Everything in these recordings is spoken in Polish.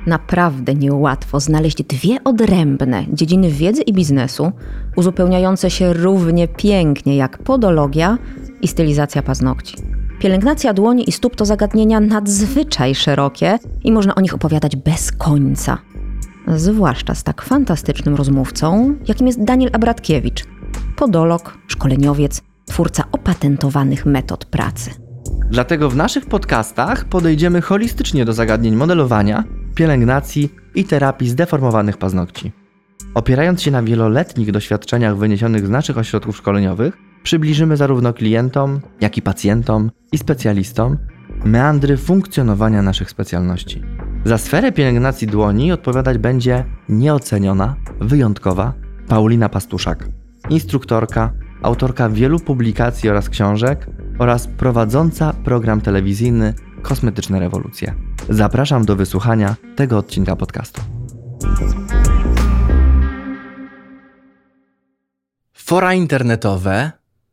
Naprawdę niełatwo znaleźć dwie odrębne dziedziny wiedzy i biznesu, uzupełniające się równie pięknie jak podologia i stylizacja paznokci. Pielęgnacja dłoni i stóp to zagadnienia nadzwyczaj szerokie i można o nich opowiadać bez końca. Zwłaszcza z tak fantastycznym rozmówcą, jakim jest Daniel Abratkiewicz. Podolog, szkoleniowiec, twórca opatentowanych metod pracy. Dlatego w naszych podcastach podejdziemy holistycznie do zagadnień modelowania, pielęgnacji i terapii zdeformowanych paznokci. Opierając się na wieloletnich doświadczeniach wyniesionych z naszych ośrodków szkoleniowych, przybliżymy zarówno klientom, jak i pacjentom i specjalistom meandry funkcjonowania naszych specjalności. Za sferę pielęgnacji dłoni odpowiadać będzie nieoceniona, wyjątkowa Paulina Pastuszak, instruktorka, autorka wielu publikacji oraz książek oraz prowadząca program telewizyjny Kosmetyczne rewolucje. Zapraszam do wysłuchania tego odcinka podcastu. Fora internetowe,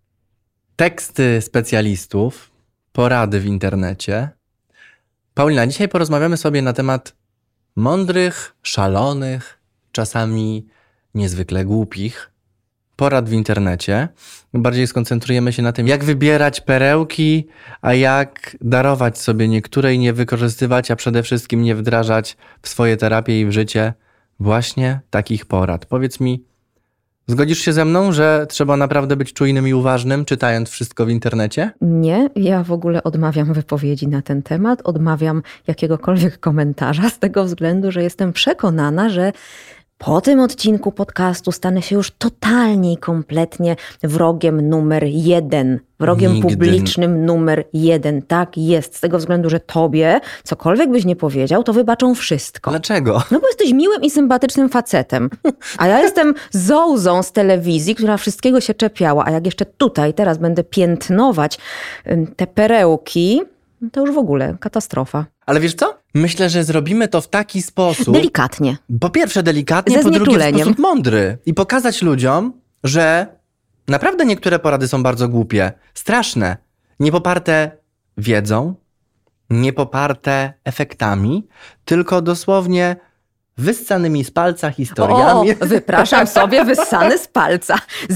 teksty specjalistów, porady w internecie. Paulina, dzisiaj porozmawiamy sobie na temat mądrych, szalonych, czasami niezwykle głupich porad w internecie. Bardziej skoncentrujemy się na tym, jak wybierać perełki, a jak darować sobie niektóre i nie wykorzystywać, a przede wszystkim nie wdrażać w swoje terapie i w życie właśnie takich porad. Powiedz mi, zgodzisz się ze mną, że trzeba naprawdę być czujnym i uważnym, czytając wszystko w internecie? Nie, ja w ogóle odmawiam wypowiedzi na ten temat, odmawiam jakiegokolwiek komentarza z tego względu, że jestem przekonana, że po tym odcinku podcastu stanę się już totalnie i kompletnie wrogiem numer 1. Wrogiem publicznym numer 1. Tak jest. Z tego względu, że tobie, cokolwiek byś nie powiedział, to wybaczą wszystko. Dlaczego? No bo jesteś miłym i sympatycznym facetem. A ja jestem zołzą z telewizji, która wszystkiego się czepiała. A jak jeszcze tutaj teraz będę piętnować te perełki, to już w ogóle katastrofa. Ale wiesz co? Myślę, że zrobimy to w taki sposób... Delikatnie. Po pierwsze delikatnie, po drugie w sposób mądry. I pokazać ludziom, że naprawdę niektóre porady są bardzo głupie, straszne, niepoparte wiedzą, niepoparte efektami, tylko dosłownie wyssanymi z palca historiami. O, wypraszam sobie, wyssany z palca.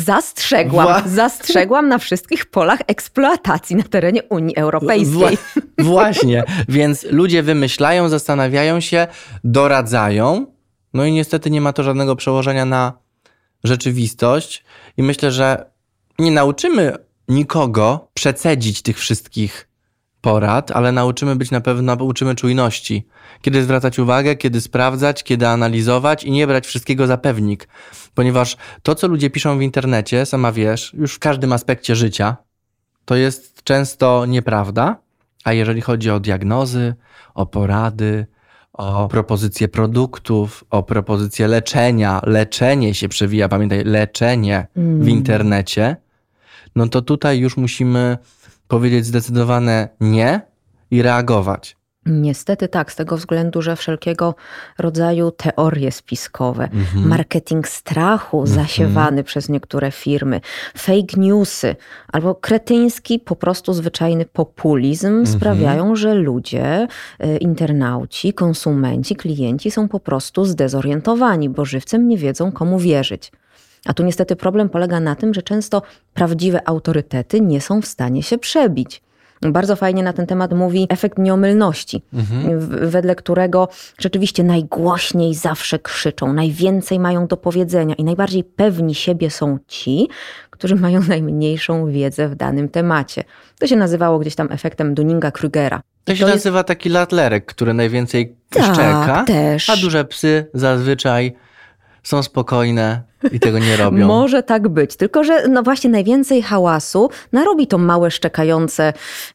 Zastrzegłam na wszystkich polach eksploatacji na terenie Unii Europejskiej. Właśnie, więc ludzie wymyślają, zastanawiają się, doradzają, no i niestety nie ma to żadnego przełożenia na rzeczywistość i myślę, że nie nauczymy nikogo przecedzić tych wszystkich porad, ale nauczymy czujności. Kiedy zwracać uwagę, kiedy sprawdzać, kiedy analizować i nie brać wszystkiego za pewnik. Ponieważ to, co ludzie piszą w internecie, sama wiesz, już w każdym aspekcie życia, to jest często nieprawda. A jeżeli chodzi o diagnozy, o porady, o propozycje produktów, o propozycje leczenia, leczenie się przewija, pamiętaj, leczenie w internecie, no to tutaj już musimy powiedzieć zdecydowane nie i reagować. Niestety tak, z tego względu, że wszelkiego rodzaju teorie spiskowe, marketing strachu zasiewany przez niektóre firmy, fake newsy albo kretyński, po prostu zwyczajny populizm sprawiają, że ludzie, internauci, konsumenci, klienci są po prostu zdezorientowani, bo żywcem nie wiedzą, komu wierzyć. A tu niestety problem polega na tym, że często prawdziwe autorytety nie są w stanie się przebić. Bardzo fajnie na ten temat mówi efekt nieomylności, wedle którego rzeczywiście najgłośniej zawsze krzyczą, najwięcej mają do powiedzenia i najbardziej pewni siebie są ci, którzy mają najmniejszą wiedzę w danym temacie. To się nazywało gdzieś tam efektem Dunninga-Krugera. To się nazywa taki latlerek, który najwięcej szczeka, też. A duże psy zazwyczaj są spokojne i tego nie robią. Może tak być, tylko że no właśnie najwięcej hałasu narobi to małe, szczekające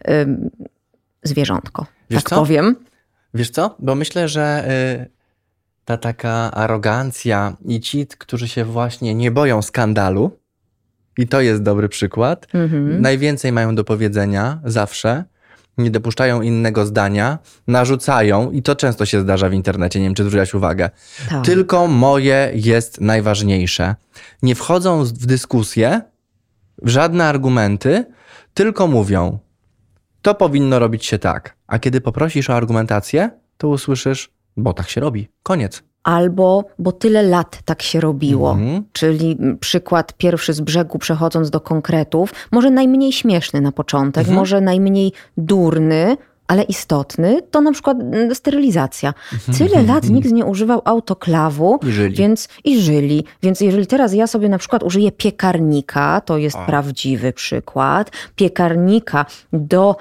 zwierzątko, Wiesz tak co? powiem. Wiesz co? Bo myślę, że ta taka arogancja i ci, którzy się właśnie nie boją skandalu, i to jest dobry przykład, najwięcej mają do powiedzenia zawsze, nie dopuszczają innego zdania, narzucają, i to często się zdarza w internecie, nie wiem, czy zwróciłaś uwagę, Tak. tylko moje jest najważniejsze. Nie wchodzą w dyskusję, w żadne argumenty, tylko mówią, to powinno robić się tak. A kiedy poprosisz o argumentację, to usłyszysz, Bo tak się robi. Koniec. Albo, bo tyle lat tak się robiło. Czyli przykład pierwszy z brzegu, przechodząc do konkretów, może najmniej śmieszny na początek, może najmniej durny, ale istotny, to na przykład sterylizacja. Tyle lat nikt nie używał autoklawu, i żyli. Więc jeżeli teraz ja sobie na przykład użyję piekarnika, to jest prawdziwy przykład, piekarnika do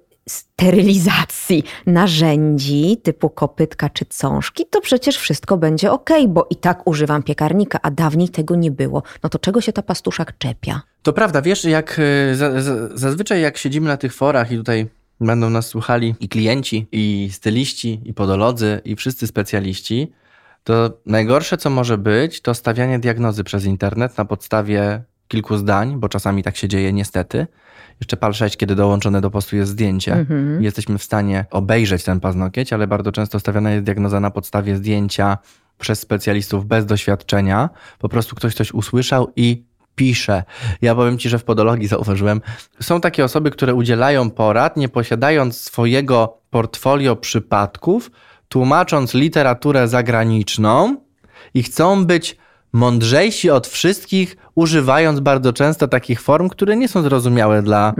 sterylizacji narzędzi typu kopytka czy cążki, to przecież wszystko będzie okej, bo i tak używam piekarnika, a dawniej tego nie było. No to czego się ta pastuszak czepia? To prawda, wiesz, jak zazwyczaj jak siedzimy na tych forach i tutaj będą nas słuchali i klienci, i styliści, i podolodzy, i wszyscy specjaliści, to najgorsze, co może być, to stawianie diagnozy przez internet na podstawie kilku zdań, bo czasami tak się dzieje niestety. Jeszcze pal 6, kiedy dołączone do postu jest zdjęcie. Jesteśmy w stanie obejrzeć ten paznokieć, ale bardzo często stawiana jest diagnoza na podstawie zdjęcia przez specjalistów bez doświadczenia. Po prostu ktoś coś usłyszał i pisze. Ja powiem Ci, że w podologii zauważyłem, są takie osoby, które udzielają porad, nie posiadając swojego portfolio przypadków, tłumacząc literaturę zagraniczną i chcą być mądrzejsi od wszystkich, używając bardzo często takich form, które nie są zrozumiałe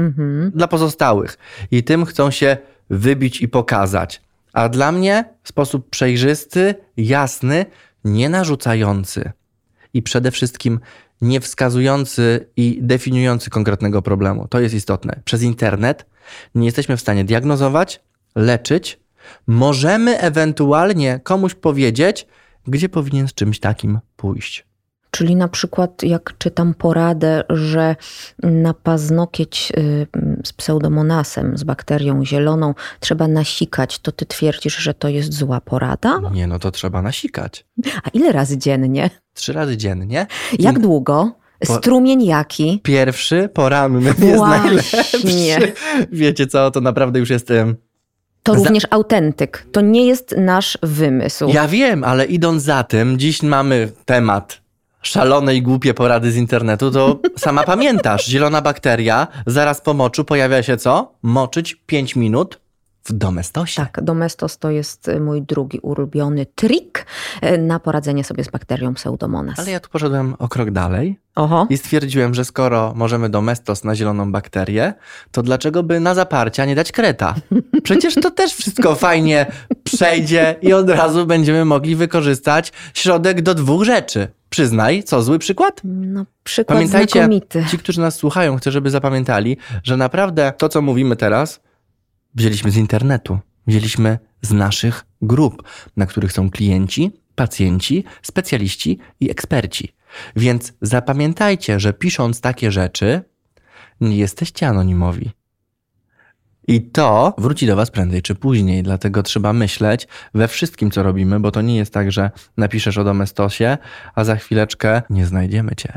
dla pozostałych. I tym chcą się wybić i pokazać. A dla mnie w sposób przejrzysty, jasny, nie narzucający i przede wszystkim nie wskazujący i definiujący konkretnego problemu. To jest istotne. Przez internet nie jesteśmy w stanie diagnozować, leczyć. Możemy ewentualnie komuś powiedzieć, gdzie powinien z czymś takim pójść. Czyli na przykład jak czytam poradę, że na paznokieć z pseudomonasem, z bakterią zieloną trzeba nasikać, to ty twierdzisz, że to jest zła porada? Nie, no to trzeba nasikać. A ile razy dziennie? 3 razy dziennie. Jak długo? Strumień jaki? Pierwszy, poranny jest najlepszy. Wiecie co, to naprawdę już jest... To również autentyk. To nie jest nasz wymysł. Ja wiem, ale idąc za tym, dziś mamy temat szalone i głupie porady z internetu, to sama pamiętasz, zielona bakteria, zaraz po moczu pojawia się co? Moczyć 5 minut w Domestosie. Tak, Domestos to jest mój drugi ulubiony trik na poradzenie sobie z bakterią Pseudomonas. Ale ja tu poszedłem o krok dalej. Oho. I stwierdziłem, że skoro możemy Domestos na zieloną bakterię, to dlaczego by na zaparcia nie dać kreta? Przecież to też wszystko fajnie przejdzie i od razu będziemy mogli wykorzystać środek do 2 rzeczy. Przyznaj, co, zły przykład? No, przykład Pamiętajcie, znakomity. Ci, którzy nas słuchają, chcę, żeby zapamiętali, że naprawdę to, co mówimy teraz, wzięliśmy z internetu. Wzięliśmy z naszych grup, na których są klienci, pacjenci, specjaliści i eksperci. Więc zapamiętajcie, że pisząc takie rzeczy, nie jesteście anonimowi. I to wróci do was prędzej czy później, dlatego trzeba myśleć we wszystkim, co robimy, bo to nie jest tak, że napiszesz o Domestosie, a za chwileczkę nie znajdziemy cię.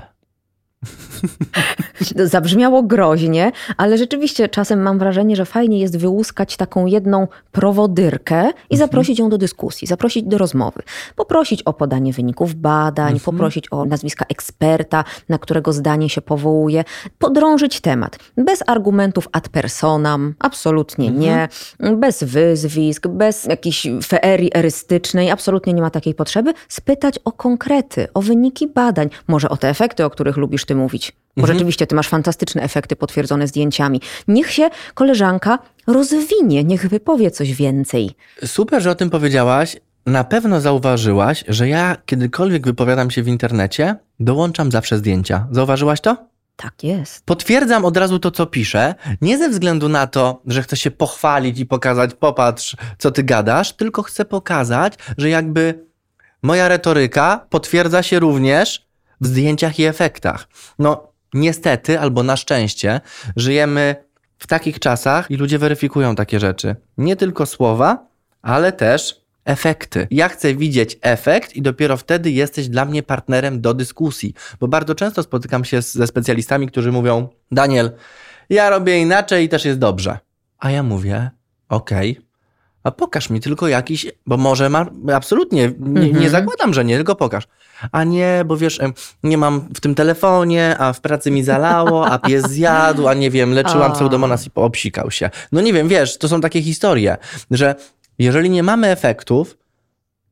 Zabrzmiało groźnie, ale rzeczywiście czasem mam wrażenie, że fajnie jest wyłuskać taką jedną prowodyrkę i zaprosić ją do dyskusji, zaprosić do rozmowy. Poprosić o podanie wyników badań, poprosić o nazwiska eksperta, na którego zdanie się powołuje, podrążyć temat. Bez argumentów ad personam, absolutnie nie. Bez wyzwisk, bez jakiejś feerii erystycznej, absolutnie nie ma takiej potrzeby. Spytać o konkrety, o wyniki badań, może o te efekty, o których lubisz ty mówić. Bo rzeczywiście ty masz fantastyczne efekty potwierdzone zdjęciami. Niech się koleżanka rozwinie, niech wypowie coś więcej. Super, że o tym powiedziałaś. Na pewno zauważyłaś, że ja kiedykolwiek wypowiadam się w internecie, dołączam zawsze zdjęcia. Zauważyłaś to? Tak jest. Potwierdzam od razu to, co piszę, nie ze względu na to, że chcę się pochwalić i pokazać, popatrz, co ty gadasz, tylko chcę pokazać, że jakby moja retoryka potwierdza się również w zdjęciach i efektach. No niestety, albo na szczęście, żyjemy w takich czasach i ludzie weryfikują takie rzeczy. Nie tylko słowa, ale też efekty. Ja chcę widzieć efekt i dopiero wtedy jesteś dla mnie partnerem do dyskusji. Bo bardzo często spotykam się ze specjalistami, którzy mówią: Daniel, ja robię inaczej i też jest dobrze. A ja mówię: okej. A pokaż mi tylko jakiś, bo może ma, absolutnie, nie zakładam, że nie, tylko pokaż. A nie, bo wiesz, nie mam w tym telefonie, a w pracy mi zalało, a pies zjadł, a nie wiem, leczyłam pseudomonas i obsikał się. No nie wiem, wiesz, to są takie historie, że jeżeli nie mamy efektów,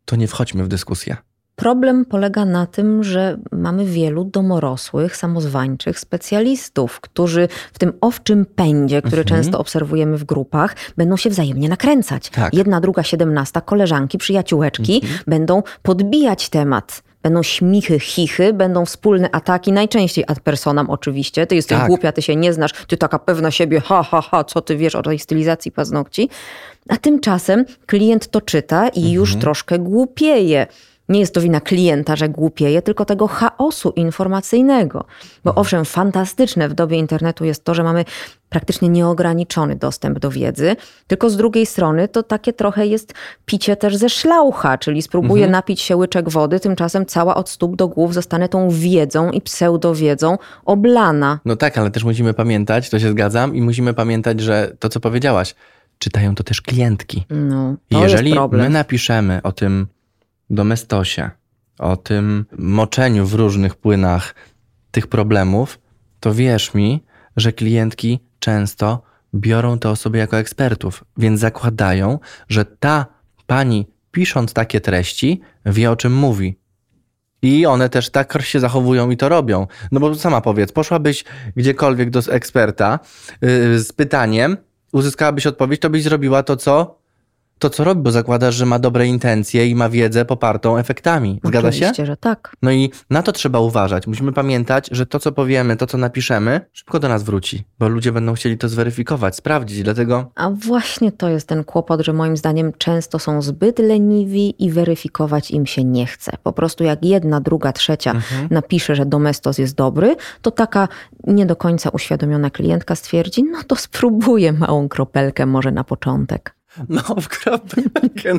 to nie wchodźmy w dyskusję. Problem polega na tym, że mamy wielu domorosłych, samozwańczych specjalistów, którzy w tym owczym pędzie, który często obserwujemy w grupach, będą się wzajemnie nakręcać. Tak. 1, 2, 17, koleżanki, przyjaciółeczki będą podbijać temat. Będą śmichy, chichy, będą wspólne ataki, najczęściej ad personam oczywiście. Ty jesteś głupia, ty się nie znasz, ty taka pewna siebie, co ty wiesz o tej stylizacji paznokci. A tymczasem klient to czyta i już troszkę głupieje. Nie jest to wina klienta, że głupieje, tylko tego chaosu informacyjnego. Bo owszem, fantastyczne w dobie internetu jest to, że mamy praktycznie nieograniczony dostęp do wiedzy, tylko z drugiej strony to takie trochę jest picie też ze szlaucha, czyli spróbuję napić się łyczek wody, tymczasem cała od stóp do głów zostanę tą wiedzą i pseudowiedzą oblana. No tak, ale też musimy pamiętać, to się zgadzam, i musimy pamiętać, że to, co powiedziałaś, czytają to też klientki. No, to jeżeli jest problem. my napiszemy o tym domestosie, o tym moczeniu w różnych płynach tych problemów, to wierz mi, że klientki często biorą te osoby jako ekspertów, więc zakładają, że ta pani, pisząc takie treści, wie, o czym mówi. I one też tak się zachowują i to robią. No bo sama powiedz, poszłabyś gdziekolwiek do eksperta z pytaniem, uzyskałabyś odpowiedź, to byś zrobiła to, co robi, bo zakładasz, że ma dobre intencje i ma wiedzę popartą efektami. Zgadza się? Oczywiście, że tak. No i na to trzeba uważać. Musimy pamiętać, że to, co powiemy, to, co napiszemy, szybko do nas wróci, bo ludzie będą chcieli to zweryfikować, sprawdzić, dlatego... A właśnie to jest ten kłopot, że moim zdaniem często są zbyt leniwi i weryfikować im się nie chce. Po prostu jak 1, 2, 3 napisze, że domestos jest dobry, to taka nie do końca uświadomiona klientka stwierdzi, no to spróbuję małą kropelkę może na początek. No, w kropelkę.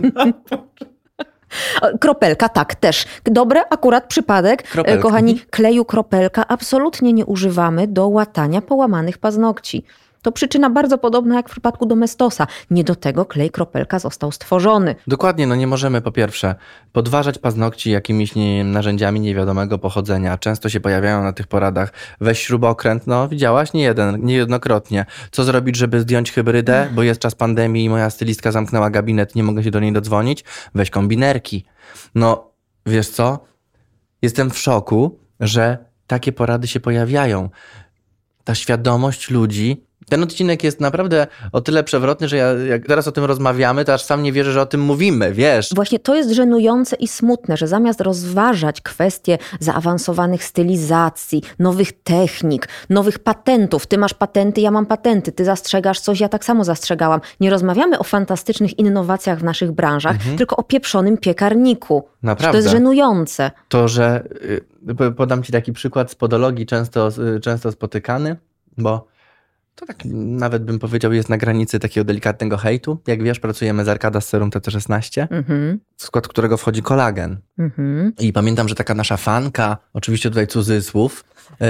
Kropelka, tak, też. Dobre, akurat przypadek. Kropelka. Kochani, kleju kropelka absolutnie nie używamy do łatania połamanych paznokci. To przyczyna bardzo podobna jak w przypadku domestosa. Nie do tego klej kropelka został stworzony. Dokładnie, no nie możemy po pierwsze podważać paznokci jakimiś narzędziami niewiadomego pochodzenia. Często się pojawiają na tych poradach. Weź śrubokręt, no widziałaś? Niejednokrotnie. Co zrobić, żeby zdjąć hybrydę, bo jest czas pandemii i moja stylistka zamknęła gabinet, nie mogę się do niej dodzwonić? Weź kombinerki. No, wiesz co? Jestem w szoku, że takie porady się pojawiają. Ta świadomość ludzi. Ten odcinek jest naprawdę o tyle przewrotny, że jak teraz o tym rozmawiamy, to aż sam nie wierzę, że o tym mówimy, wiesz. Właśnie to jest żenujące i smutne, że zamiast rozważać kwestie zaawansowanych stylizacji, nowych technik, nowych patentów, ty masz patenty, ja mam patenty, ty zastrzegasz coś, ja tak samo zastrzegałam. Nie rozmawiamy o fantastycznych innowacjach w naszych branżach, tylko o pieprzonym piekarniku. Naprawdę. To jest żenujące. To, że podam ci taki przykład z podologii często spotykany, bo to tak nawet bym powiedział jest na granicy takiego delikatnego hejtu. Jak wiesz, pracujemy z Arkada z serum TC16, w skład którego wchodzi kolagen. I pamiętam, że taka nasza fanka, oczywiście tutaj cudzysłów,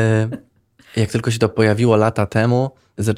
jak tylko się to pojawiło lata temu,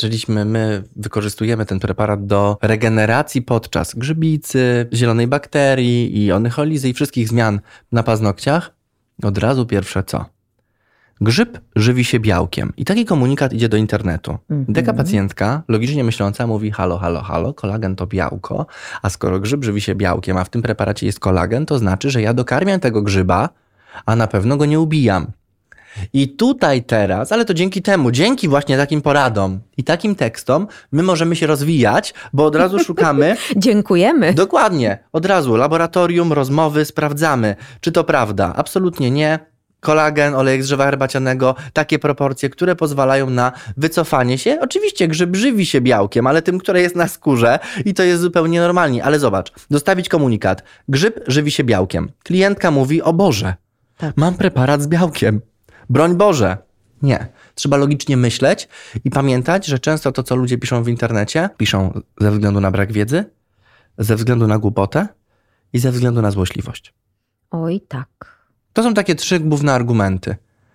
my wykorzystujemy ten preparat do regeneracji podczas grzybicy, zielonej bakterii i onycholizy i wszystkich zmian na paznokciach. Od razu pierwsze co? Grzyb żywi się białkiem. I taki komunikat idzie do internetu. Taka pacjentka, logicznie myśląca, mówi halo, kolagen to białko, a skoro grzyb żywi się białkiem, a w tym preparacie jest kolagen, to znaczy, że ja dokarmiam tego grzyba, a na pewno go nie ubijam. I tutaj teraz, ale to dzięki właśnie takim poradom i takim tekstom, my możemy się rozwijać, bo od razu szukamy... Dziękujemy. Dokładnie. Od razu laboratorium, rozmowy, sprawdzamy, czy to prawda. Absolutnie nie. Kolagen, olejek z drzewa herbacianego, takie proporcje, które pozwalają na wycofanie się. Oczywiście grzyb żywi się białkiem, ale tym, które jest na skórze i to jest zupełnie normalnie. Ale zobacz, dostawić komunikat. Grzyb żywi się białkiem. Klientka mówi, o Boże, mam preparat z białkiem. Broń Boże. Nie. Trzeba logicznie myśleć i pamiętać, że często to, co ludzie piszą w internecie, piszą ze względu na brak wiedzy, ze względu na głupotę i ze względu na złośliwość. Oj, tak. To są takie 3 główne argumenty.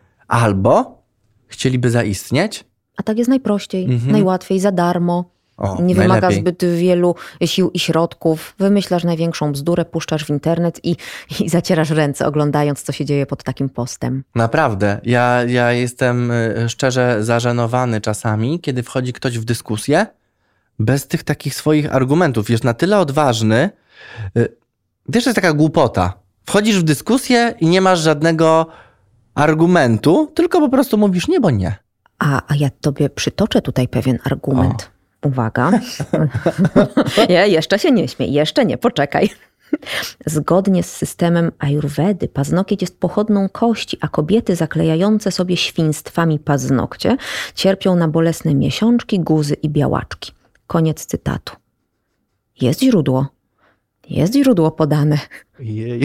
Albo chcieliby zaistnieć. A tak jest najprościej, najłatwiej, za darmo. Nie najlepiej. wymaga zbyt wielu sił i środków. Wymyślasz największą bzdurę, puszczasz w internet i zacierasz ręce, oglądając, co się dzieje pod takim postem. Naprawdę. Ja jestem szczerze zażenowany czasami, kiedy wchodzi ktoś w dyskusję bez tych takich swoich argumentów. Jest na tyle odważny, Wiesz, to jest taka głupota. Wchodzisz w dyskusję i nie masz żadnego argumentu, tylko po prostu mówisz nie, bo nie. A ja tobie przytoczę tutaj pewien argument. Uwaga. Jeszcze się nie śmiej, jeszcze nie, poczekaj. Zgodnie z systemem ajurwedy paznokieć jest pochodną kości, a kobiety zaklejające sobie świństwami paznokcie cierpią na bolesne miesiączki, guzy i białaczki. Koniec cytatu. Jest źródło podane. Jeju.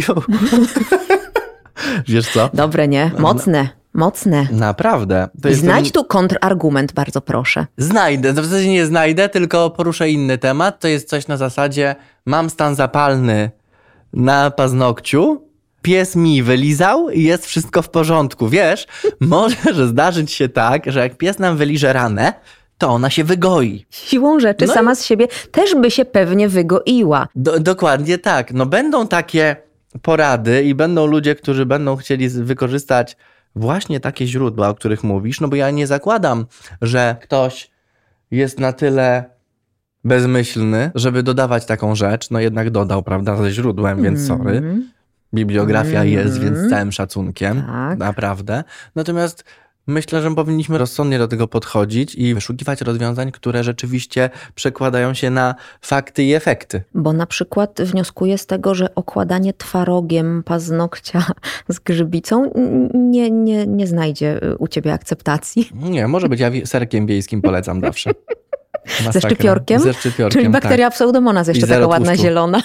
Wiesz co? Dobre, nie? Mocne. Naprawdę. To jest Znajdź tu kontrargument, bardzo proszę. Znajdę. W zasadzie nie znajdę, tylko poruszę inny temat. To jest coś na zasadzie, mam stan zapalny na paznokciu, pies mi wylizał i jest wszystko w porządku. Wiesz, może zdarzyć się tak, że jak pies nam wyliże ranę, to ona się wygoi. Siłą rzeczy sama z siebie też by się pewnie wygoiła. Dokładnie tak. No będą takie porady i będą ludzie, którzy będą chcieli wykorzystać właśnie takie źródła, o których mówisz, no bo ja nie zakładam, że ktoś jest na tyle bezmyślny, żeby dodawać taką rzecz. No jednak dodał, prawda, ze źródłem, więc sorry. Bibliografia jest, więc z całym szacunkiem. Tak. Naprawdę. Natomiast myślę, że powinniśmy rozsądnie do tego podchodzić i wyszukiwać rozwiązań, które rzeczywiście przekładają się na fakty i efekty. Bo na przykład wnioskuję z tego, że okładanie twarogiem paznokcia z grzybicą nie znajdzie u ciebie akceptacji. Nie, może być. Ja serkiem wiejskim polecam zawsze. Ze szczypiorkiem? Ze szczypiorkiem, czyli bakteria pseudomonas jeszcze taka ładna, zielona.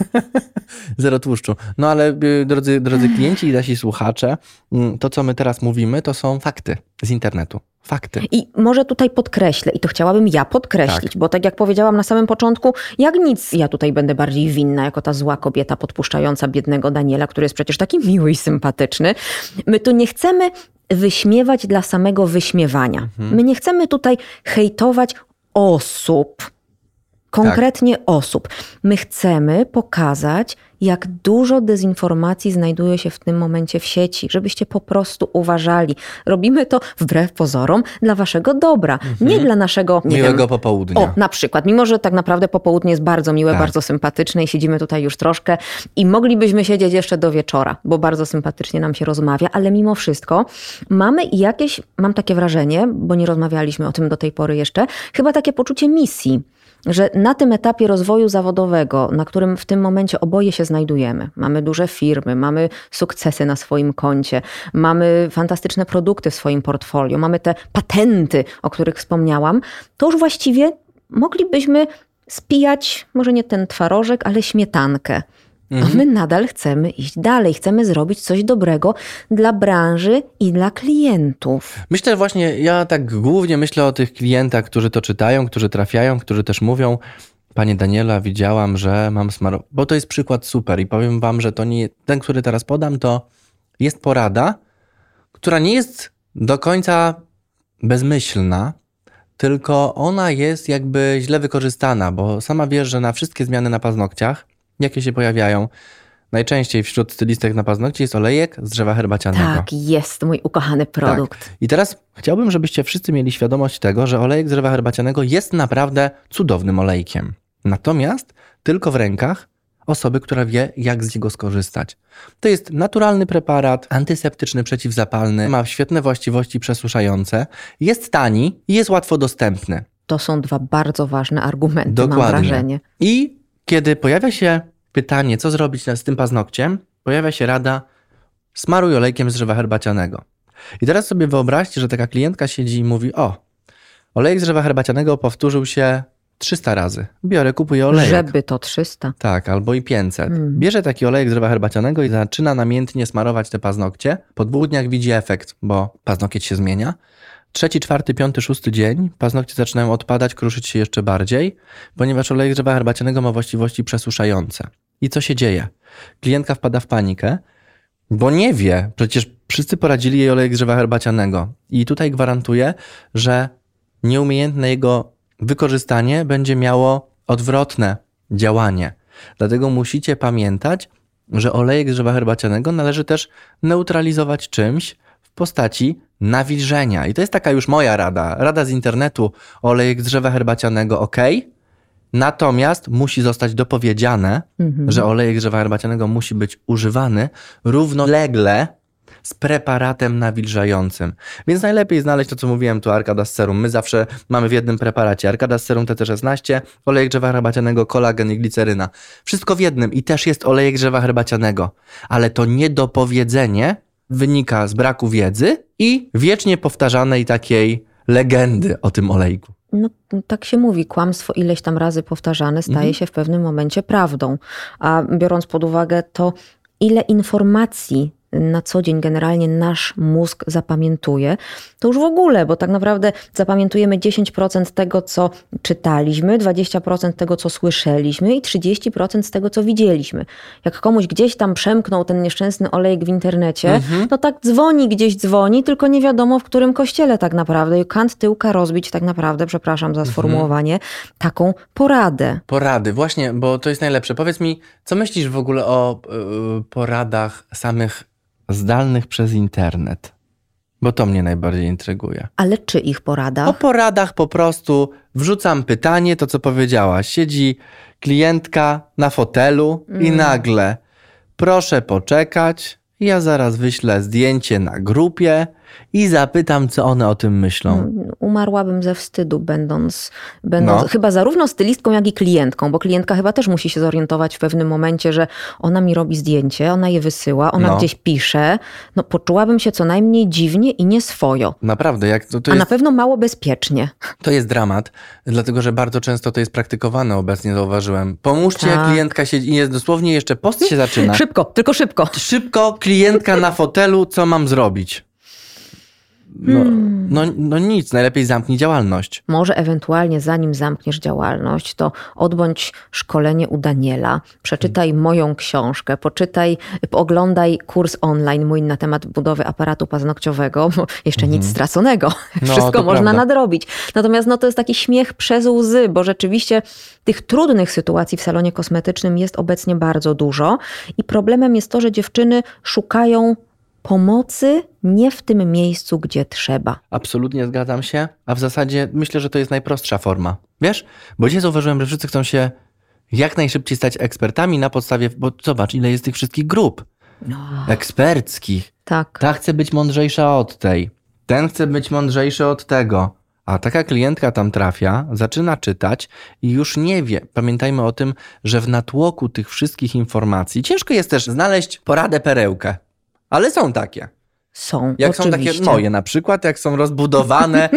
Zero tłuszczu. No ale drodzy klienci i nasi słuchacze, to co my teraz mówimy, to są fakty z internetu. Fakty. I może tutaj podkreślę, i to chciałabym ja podkreślić, tak. Bo tak jak powiedziałam na samym początku, jak nic, ja tutaj będę bardziej winna jako ta zła kobieta podpuszczająca biednego Daniela, który jest przecież taki miły i sympatyczny. My tu nie chcemy wyśmiewać dla samego wyśmiewania. My nie chcemy tutaj hejtować osób, konkretnie osób. My chcemy pokazać, jak dużo dezinformacji znajduje się w tym momencie w sieci, żebyście po prostu uważali. Robimy to wbrew pozorom dla waszego dobra, nie dla naszego miłego popołudnia. O, na przykład, mimo że tak naprawdę popołudnie jest bardzo miłe, bardzo sympatyczne i siedzimy tutaj już troszkę i moglibyśmy siedzieć jeszcze do wieczora, bo bardzo sympatycznie nam się rozmawia, ale mimo wszystko mamy jakieś, mam takie wrażenie, bo nie rozmawialiśmy o tym do tej pory jeszcze, chyba takie poczucie misji, że na tym etapie rozwoju zawodowego, na którym w tym momencie oboje się znajdujemy, mamy duże firmy, mamy sukcesy na swoim koncie, mamy fantastyczne produkty w swoim portfolio, mamy te patenty, o których wspomniałam, to już właściwie moglibyśmy spijać, może nie ten twarożek, ale śmietankę. A my nadal chcemy iść dalej, chcemy zrobić coś dobrego dla branży i dla klientów. Myślę właśnie, ja tak głównie myślę o tych klientach, którzy to czytają, którzy trafiają, którzy też mówią: Panie Daniela, widziałam, że mam smarować, bo to jest przykład super i powiem wam, że to nie, ten, który teraz podam, to jest porada, która nie jest do końca bezmyślna, tylko ona jest jakby źle wykorzystana, bo sama wiesz, że na wszystkie zmiany na paznokciach, jakie się pojawiają, najczęściej wśród stylistek na paznokcie jest olejek z drzewa herbacianego. Tak, jest mój ukochany produkt. Tak. I teraz chciałbym, żebyście wszyscy mieli świadomość tego, że olejek z drzewa herbacianego jest naprawdę cudownym olejkiem. Natomiast tylko w rękach osoby, która wie, jak z niego skorzystać. To jest naturalny preparat, antyseptyczny, przeciwzapalny, ma świetne właściwości przesuszające, jest tani i jest łatwo dostępny. To są dwa bardzo ważne argumenty, Dokładnie. Mam wrażenie. I kiedy pojawia się pytanie, co zrobić z tym paznokciem, pojawia się rada: smaruj olejkiem z drzewa herbacianego. I teraz sobie wyobraźcie, że taka klientka siedzi i mówi: olejek z drzewa herbacianego powtórzył się 300 razy. Biorę, kupuję olejek. Żeby to 300. Tak, albo i 500. Bierze taki olejek z drzewa herbacianego i zaczyna namiętnie smarować te paznokcie. Po 2 dniach widzi efekt, bo paznokieć się zmienia. 3., 4., 5., 6. dzień paznokcie zaczynają odpadać, kruszyć się jeszcze bardziej, ponieważ olejek z drzewa herbacianego ma właściwości przesuszające. I co się dzieje? Klientka wpada w panikę, bo nie wie, przecież wszyscy poradzili jej olejek z drzewa herbacianego. I tutaj gwarantuję, że nieumiejętne jego wykorzystanie będzie miało odwrotne działanie. Dlatego musicie pamiętać, że olejek z drzewa herbacianego należy też neutralizować czymś w postaci nawilżenia. I to jest taka już moja rada. Rada z internetu: olejek z drzewa herbacianego ok, Natomiast musi zostać dopowiedziane, że olejek drzewa herbacianego musi być używany równolegle z preparatem nawilżającym. Więc najlepiej znaleźć to, co mówiłem tu, Arcadas Serum. My zawsze mamy w jednym preparacie Arcadas Serum TT16, olejek drzewa herbacianego, kolagen i gliceryna. Wszystko w jednym i też jest olejek drzewa herbacianego. Ale to niedopowiedzenie wynika z braku wiedzy i wiecznie powtarzanej takiej legendy o tym olejku. No, tak się mówi, kłamstwo ileś tam razy powtarzane staje się w pewnym momencie prawdą. A biorąc pod uwagę to, ile informacji na co dzień generalnie nasz mózg zapamiętuje, to już w ogóle, bo tak naprawdę zapamiętujemy 10% tego, co czytaliśmy, 20% tego, co słyszeliśmy i 30% z tego, co widzieliśmy. Jak komuś gdzieś tam przemknął ten nieszczęsny olejek w internecie, no tak dzwoni, tylko nie wiadomo w którym kościele tak naprawdę. I kant tyłka rozbić tak naprawdę, przepraszam za sformułowanie, taką poradę. Porady, właśnie, bo to jest najlepsze. Powiedz mi, co myślisz w ogóle o poradach samych zdalnych przez internet? Bo to mnie najbardziej intryguje. Ale czy ich porada? O poradach po prostu wrzucam pytanie, to co powiedziałaś. Siedzi klientka na fotelu i nagle proszę poczekać, ja zaraz wyślę zdjęcie na grupie i zapytam, co one o tym myślą. Umarłabym ze wstydu, będąc chyba zarówno stylistką, jak i klientką, bo klientka chyba też musi się zorientować w pewnym momencie, że ona mi robi zdjęcie, ona je wysyła, ona gdzieś pisze. No poczułabym się co najmniej dziwnie i nieswojo. Naprawdę. A na pewno mało bezpiecznie. To jest dramat, dlatego że bardzo często to jest praktykowane obecnie, zauważyłem. Pomóżcie, jak klientka siedzi i jest dosłownie jeszcze post się zaczyna. Szybko, tylko szybko. Szybko, klientka na fotelu, co mam zrobić? No nic, najlepiej zamknij działalność. Może ewentualnie zanim zamkniesz działalność, to odbądź szkolenie u Daniela, przeczytaj moją książkę, oglądaj kurs online mój na temat budowy aparatu paznokciowego, bo jeszcze nic straconego, wszystko można nadrobić. Natomiast to jest taki śmiech przez łzy, bo rzeczywiście tych trudnych sytuacji w salonie kosmetycznym jest obecnie bardzo dużo i problemem jest to, że dziewczyny szukają pomocy nie w tym miejscu, gdzie trzeba. Absolutnie zgadzam się, a w zasadzie myślę, że to jest najprostsza forma. Wiesz? Bo dzisiaj zauważyłem, że wszyscy chcą się jak najszybciej stać ekspertami na podstawie, bo zobacz, ile jest tych wszystkich grup eksperckich. Tak. Ta chce być mądrzejsza od tej, ten chce być mądrzejszy od tego. A taka klientka tam trafia, zaczyna czytać i już nie wie. Pamiętajmy o tym, że w natłoku tych wszystkich informacji ciężko jest też znaleźć poradę perełkę. Ale są takie. Jak oczywiście. są takie moje na przykład, jak są rozbudowane,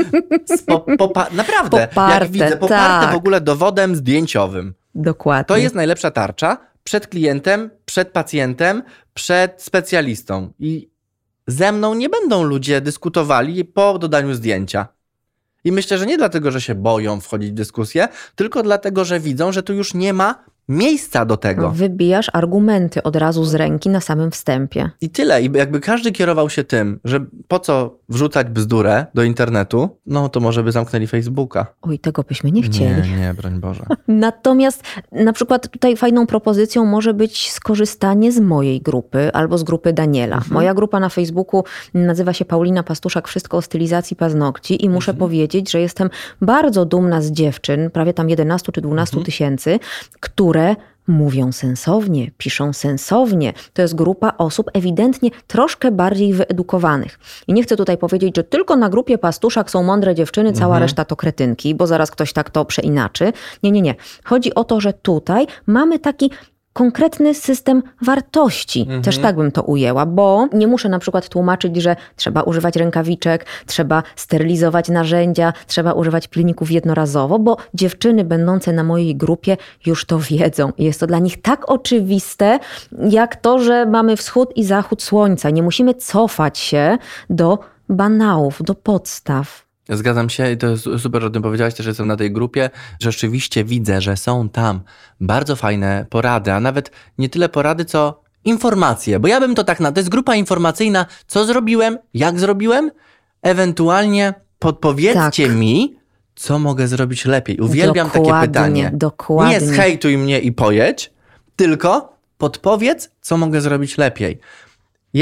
naprawdę, poparte, jak widzę, poparte w ogóle dowodem zdjęciowym. Dokładnie. To jest najlepsza tarcza przed klientem, przed pacjentem, przed specjalistą. I ze mną nie będą ludzie dyskutowali po dodaniu zdjęcia. I myślę, że nie dlatego, że się boją wchodzić w dyskusję, tylko dlatego, że widzą, że tu już nie ma miejsca do tego. Wybijasz argumenty od razu z ręki na samym wstępie. I tyle. I jakby każdy kierował się tym, że po co wrzucać bzdurę do internetu, to może by zamknęli Facebooka. Oj, tego byśmy nie chcieli. Nie, broń Boże. Natomiast na przykład tutaj fajną propozycją może być skorzystanie z mojej grupy albo z grupy Daniela. Moja grupa na Facebooku nazywa się Paulina Pastuszak, wszystko o stylizacji paznokci i muszę powiedzieć, że jestem bardzo dumna z dziewczyn, prawie tam 11 czy 12 tysięcy, które mówią sensownie, piszą sensownie. To jest grupa osób ewidentnie troszkę bardziej wyedukowanych. I nie chcę tutaj powiedzieć, że tylko na grupie Pastuszak są mądre dziewczyny, cała reszta to kretynki, bo zaraz ktoś tak to przeinaczy. Nie. Chodzi o to, że tutaj mamy taki konkretny system wartości. Też tak bym to ujęła, bo nie muszę na przykład tłumaczyć, że trzeba używać rękawiczek, trzeba sterylizować narzędzia, trzeba używać pilników jednorazowo, bo dziewczyny będące na mojej grupie już to wiedzą. I jest to dla nich tak oczywiste, jak to, że mamy wschód i zachód słońca. Nie musimy cofać się do banałów, do podstaw. Zgadzam się i to jest super, że o tym powiedziałaś, też jestem na tej grupie. Rzeczywiście widzę, że są tam bardzo fajne porady, a nawet nie tyle porady, co informacje, bo ja bym to tak to jest grupa informacyjna, co zrobiłem, jak zrobiłem, ewentualnie podpowiedzcie mi, co mogę zrobić lepiej. Uwielbiam takie pytanie. Dokładnie. Nie zhejtuj mnie i pojedź, tylko podpowiedz, co mogę zrobić lepiej. Ja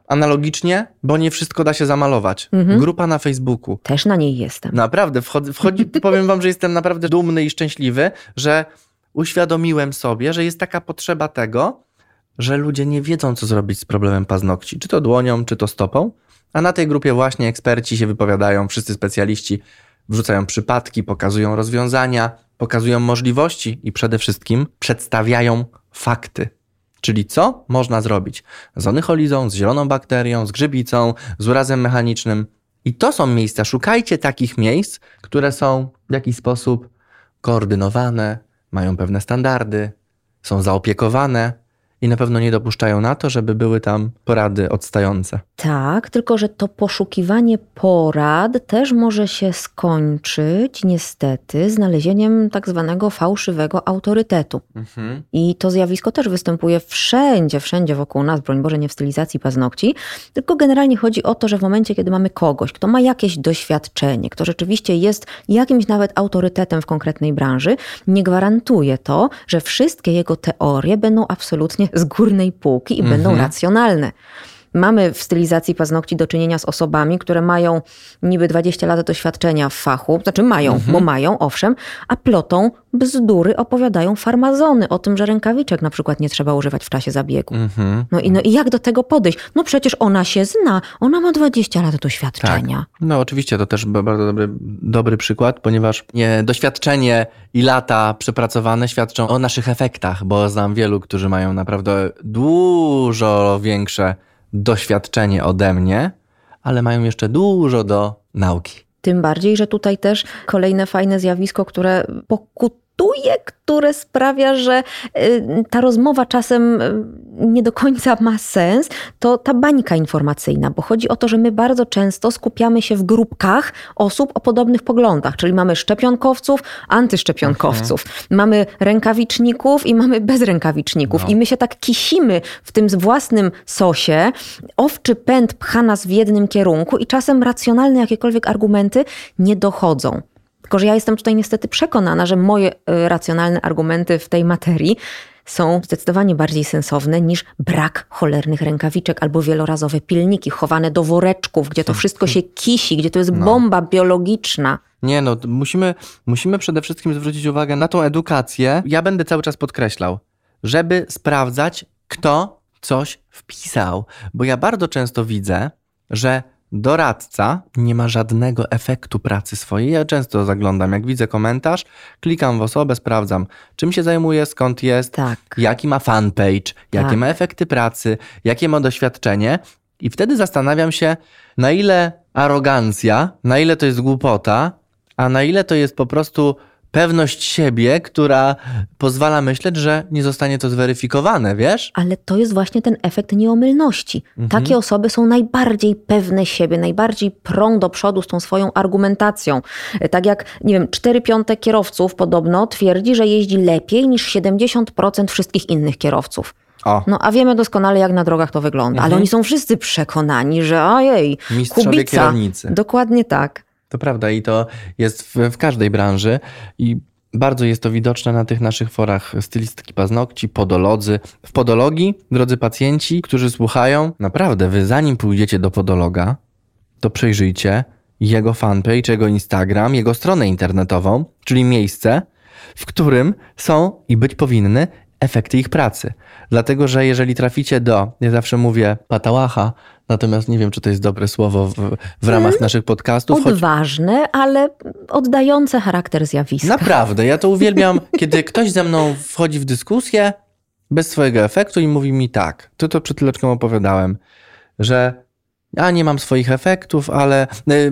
analogicznie, bo nie wszystko da się zamalować. Grupa na Facebooku. Też na niej jestem. Naprawdę, powiem wam, że jestem naprawdę dumny i szczęśliwy, że uświadomiłem sobie, że jest taka potrzeba tego, że ludzie nie wiedzą, co zrobić z problemem paznokci. Czy to dłonią, czy to stopą. A na tej grupie właśnie eksperci się wypowiadają, wszyscy specjaliści wrzucają przypadki, pokazują rozwiązania, pokazują możliwości i przede wszystkim przedstawiają fakty. Czyli co można zrobić z onycholizą, z zieloną bakterią, z grzybicą, z urazem mechanicznym. I to są miejsca, szukajcie takich miejsc, które są w jakiś sposób koordynowane, mają pewne standardy, są zaopiekowane i na pewno nie dopuszczają na to, żeby były tam porady odstające. Tak, tylko że to poszukiwanie porad też może się skończyć niestety znalezieniem tak zwanego fałszywego autorytetu. I to zjawisko też występuje wszędzie wokół nas, broń Boże, nie w stylizacji paznokci, tylko generalnie chodzi o to, że w momencie, kiedy mamy kogoś, kto ma jakieś doświadczenie, kto rzeczywiście jest jakimś nawet autorytetem w konkretnej branży, nie gwarantuje to, że wszystkie jego teorie będą absolutnie z górnej półki i będą racjonalne. Mamy w stylizacji paznokci do czynienia z osobami, które mają niby 20 lat doświadczenia w fachu, znaczy mają, bo mają, owszem, a plotą bzdury opowiadają farmazony o tym, że rękawiczek na przykład nie trzeba używać w czasie zabiegu. No i jak do tego podejść? No przecież ona się zna, ona ma 20 lat doświadczenia. Tak. No oczywiście to też bardzo dobry przykład, ponieważ doświadczenie i lata przepracowane świadczą o naszych efektach, bo znam wielu, którzy mają naprawdę dużo większe doświadczenie ode mnie, ale mają jeszcze dużo do nauki. Tym bardziej, że tutaj też kolejne fajne zjawisko, które pokutuje, które sprawia, że ta rozmowa czasem nie do końca ma sens, to ta bańka informacyjna, bo chodzi o to, że my bardzo często skupiamy się w grupkach osób o podobnych poglądach, czyli mamy szczepionkowców, antyszczepionkowców, mamy rękawiczników i mamy bezrękawiczników i my się tak kisimy w tym własnym sosie, owczy pęd pcha nas w jednym kierunku i czasem racjonalne jakiekolwiek argumenty nie dochodzą. Tylko że ja jestem tutaj niestety przekonana, że moje racjonalne argumenty w tej materii są zdecydowanie bardziej sensowne niż brak cholernych rękawiczek albo wielorazowe pilniki chowane do woreczków, gdzie to wszystko się kisi, gdzie to jest bomba biologiczna. Nie no, musimy przede wszystkim zwrócić uwagę na tą edukację. Ja będę cały czas podkreślał, żeby sprawdzać, kto coś wpisał. Bo ja bardzo często widzę, że doradca nie ma żadnego efektu pracy swojej. Ja często zaglądam, jak widzę komentarz, klikam w osobę, sprawdzam, czym się zajmuje, skąd jest, jaki ma fanpage, jakie ma efekty pracy, jakie ma doświadczenie i wtedy zastanawiam się, na ile arogancja, na ile to jest głupota, a na ile to jest po prostu pewność siebie, która pozwala myśleć, że nie zostanie to zweryfikowane, wiesz? Ale to jest właśnie ten efekt nieomylności. Takie osoby są najbardziej pewne siebie, najbardziej prą do przodu z tą swoją argumentacją. Tak jak, nie wiem, 4/5 kierowców podobno twierdzi, że jeździ lepiej niż 70% wszystkich innych kierowców. No a wiemy doskonale, jak na drogach to wygląda. Ale oni są wszyscy przekonani, że ojej, mistrzowie kubica. Kierownicy. Dokładnie tak. To prawda i to jest w każdej branży i bardzo jest to widoczne na tych naszych forach stylistyki paznokci, podolodzy. W podologii, drodzy pacjenci, którzy słuchają, naprawdę wy zanim pójdziecie do podologa, to przejrzyjcie jego fanpage, jego Instagram, jego stronę internetową, czyli miejsce, w którym są i być powinny efekty ich pracy. Dlatego, że jeżeli traficie do, ja zawsze mówię patałacha, natomiast nie wiem, czy to jest dobre słowo w ramach naszych podcastów. Odważne, ale oddające charakter zjawiska. Naprawdę, ja to uwielbiam, kiedy ktoś ze mną wchodzi w dyskusję bez swojego efektu i mówi mi tak, to przed chwileczką opowiadałem, że ja nie mam swoich efektów, ale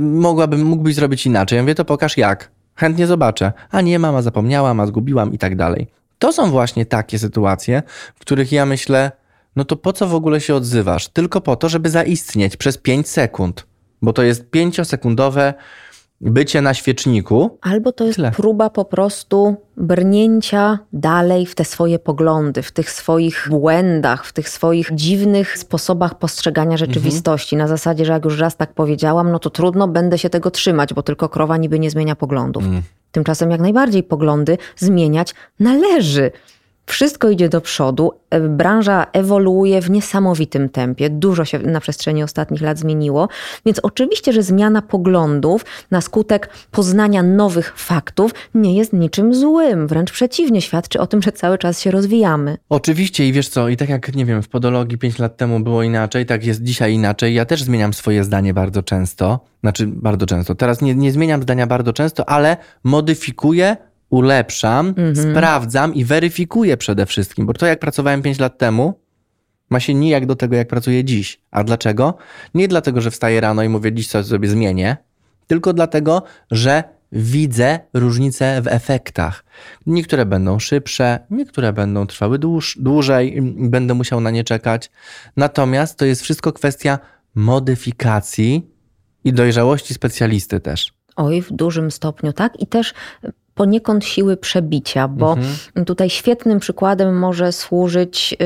mógłbyś zrobić inaczej. Ja mówię, to pokaż jak. Chętnie zobaczę. A nie mam, a zapomniałam, a zgubiłam i tak dalej. To są właśnie takie sytuacje, w których ja myślę, no to po co w ogóle się odzywasz? Tylko po to, żeby zaistnieć przez 5 sekund. Bo to jest 5-sekundowe bycie na świeczniku. Albo to jest próba po prostu brnięcia dalej w te swoje poglądy, w tych swoich błędach, w tych swoich dziwnych sposobach postrzegania rzeczywistości. Na zasadzie, że jak już raz tak powiedziałam, no to trudno, będę się tego trzymać, bo tylko krowa niby nie zmienia poglądów. Tymczasem jak najbardziej poglądy zmieniać należy. Wszystko idzie do przodu, branża ewoluuje w niesamowitym tempie, dużo się na przestrzeni ostatnich lat zmieniło, więc oczywiście, że zmiana poglądów na skutek poznania nowych faktów nie jest niczym złym, wręcz przeciwnie, świadczy o tym, że cały czas się rozwijamy. Oczywiście i wiesz co, i tak jak, nie wiem, w podologii 5 lat temu było inaczej, tak jest dzisiaj inaczej. Ja też zmieniam swoje zdanie bardzo często, teraz nie zmieniam zdania bardzo często, ale modyfikuję, ulepszam, sprawdzam i weryfikuję przede wszystkim, bo to jak pracowałem 5 lat temu, ma się nijak do tego, jak pracuję dziś. A dlaczego? Nie dlatego, że wstaję rano i mówię, dziś coś sobie zmienię, tylko dlatego, że widzę różnice w efektach. Niektóre będą szybsze, niektóre będą trwały dłużej, będę musiał na nie czekać. Natomiast to jest wszystko kwestia modyfikacji i dojrzałości specjalisty też. Oj, w dużym stopniu, tak? I też poniekąd siły przebicia, bo tutaj świetnym przykładem może służyć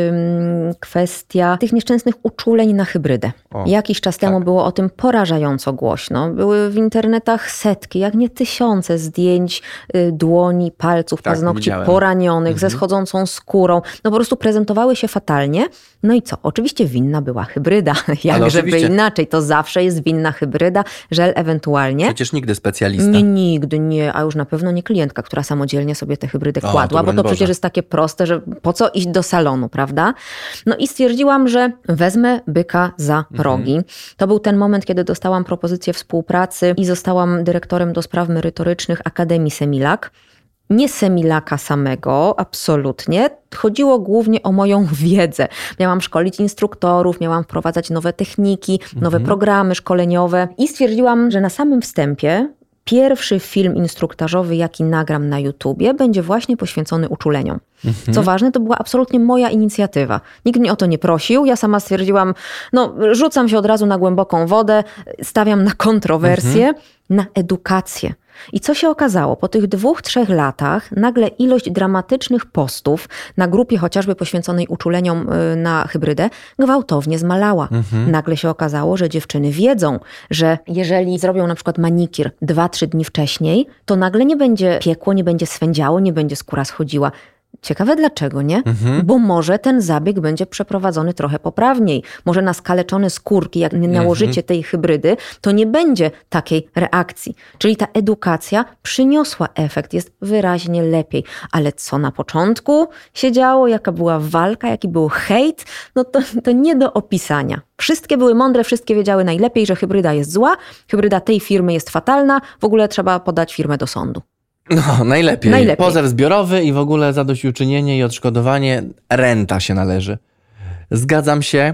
kwestia tych nieszczęsnych uczuleń na hybrydę. Jakiś czas temu było o tym porażająco głośno. Były w internetach setki, jak nie tysiące zdjęć dłoni, palców, paznokci poranionych, ze schodzącą skórą. No po prostu prezentowały się fatalnie. No i co? Oczywiście winna była hybryda. Jakżeby inaczej. To zawsze jest winna hybryda, żel ewentualnie. Przecież nigdy specjalista. Nigdy nie, a już na pewno nie klientka, która samodzielnie sobie tę hybrydę kładła, bo to przecież jest takie proste, że po co iść do salonu, prawda? No i stwierdziłam, że wezmę byka za rogi. To był ten moment, kiedy dostałam propozycję współpracy i zostałam dyrektorem do spraw merytorycznych Akademii Semilak. Nie Semilaka samego, absolutnie. Chodziło głównie o moją wiedzę. Miałam szkolić instruktorów, miałam wprowadzać nowe techniki, nowe programy szkoleniowe i stwierdziłam, że na samym wstępie pierwszy film instruktażowy, jaki nagram na YouTubie, będzie właśnie poświęcony uczuleniom. Co ważne, to była absolutnie moja inicjatywa. Nikt mnie o to nie prosił. Ja sama stwierdziłam, rzucam się od razu na głęboką wodę, stawiam na kontrowersję, na edukację. I co się okazało? Po tych 2-3 latach nagle ilość dramatycznych postów na grupie chociażby poświęconej uczuleniom na hybrydę gwałtownie zmalała. Nagle się okazało, że dziewczyny wiedzą, że jeżeli zrobią na przykład manikir 2-3 dni wcześniej, to nagle nie będzie piekło, nie będzie swędziało, nie będzie skóra schodziła. Ciekawe dlaczego, nie? Bo może ten zabieg będzie przeprowadzony trochę poprawniej. Może na skaleczone skórki, jak nie nałożycie tej hybrydy, to nie będzie takiej reakcji. Czyli ta edukacja przyniosła efekt, jest wyraźnie lepiej. Ale co na początku się działo, jaka była walka, jaki był hejt, no to nie do opisania. Wszystkie były mądre, wszystkie wiedziały najlepiej, że hybryda jest zła, hybryda tej firmy jest fatalna, w ogóle trzeba podać firmę do sądu. No, najlepiej. Pozew zbiorowy i w ogóle zadośćuczynienie i odszkodowanie, renta się należy. Zgadzam się.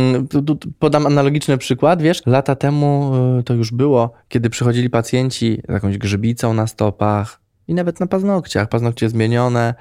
Tu podam analogiczny przykład. Wiesz, lata temu to już było, kiedy przychodzili pacjenci z jakąś grzybicą na stopach i nawet na paznokciach. Paznokcie zmienione,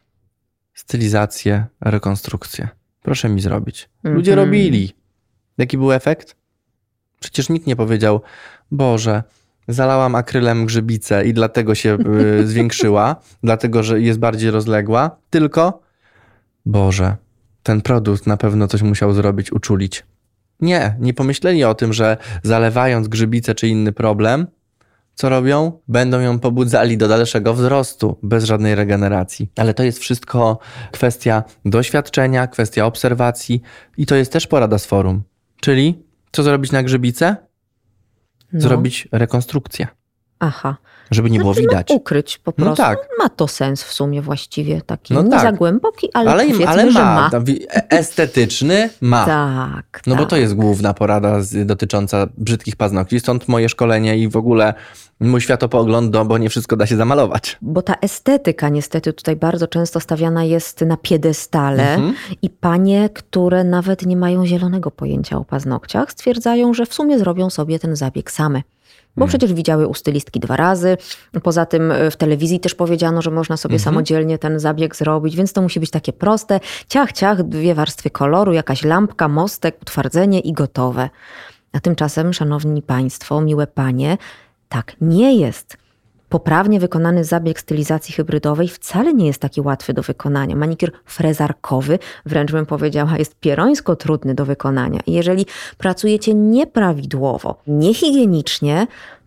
stylizację, rekonstrukcję. Proszę mi zrobić. Ludzie robili. Jaki był efekt? Przecież nikt nie powiedział, Boże, zalałam akrylem grzybicę i dlatego się zwiększyła, dlatego, że jest bardziej rozległa, tylko Boże, ten produkt na pewno coś musiał zrobić, uczulić. Nie pomyśleli o tym, że zalewając grzybicę czy inny problem, co robią? Będą ją pobudzali do dalszego wzrostu, bez żadnej regeneracji. Ale to jest wszystko kwestia doświadczenia, kwestia obserwacji i to jest też porada z forum. Czyli co zrobić na grzybicę? Zrobić rekonstrukcję. Aha. Żeby nie było widać. Ukryć po prostu. No tak. Ma to sens w sumie właściwie taki. Nie za głęboki, ale ma. Że ma. Estetyczny ma. Tak. Bo to jest główna porada dotycząca brzydkich paznokci. Stąd moje szkolenie i w ogóle mój światopogląd, bo nie wszystko da się zamalować. Bo ta estetyka niestety tutaj bardzo często stawiana jest na piedestale i panie, które nawet nie mają zielonego pojęcia o paznokciach, stwierdzają, że w sumie zrobią sobie ten zabieg same. Bo przecież widziały u stylistki 2 razy. Poza tym w telewizji też powiedziano, że można sobie samodzielnie ten zabieg zrobić, więc to musi być takie proste. Ciach, 2 warstwy koloru, jakaś lampka, mostek, utwardzenie i gotowe. A tymczasem, szanowni państwo, miłe panie, tak nie jest. Poprawnie wykonany zabieg stylizacji hybrydowej wcale nie jest taki łatwy do wykonania. Manikur frezarkowy, wręcz bym powiedziała, jest pierońsko trudny do wykonania. I jeżeli pracujecie nieprawidłowo, niehigienicznie,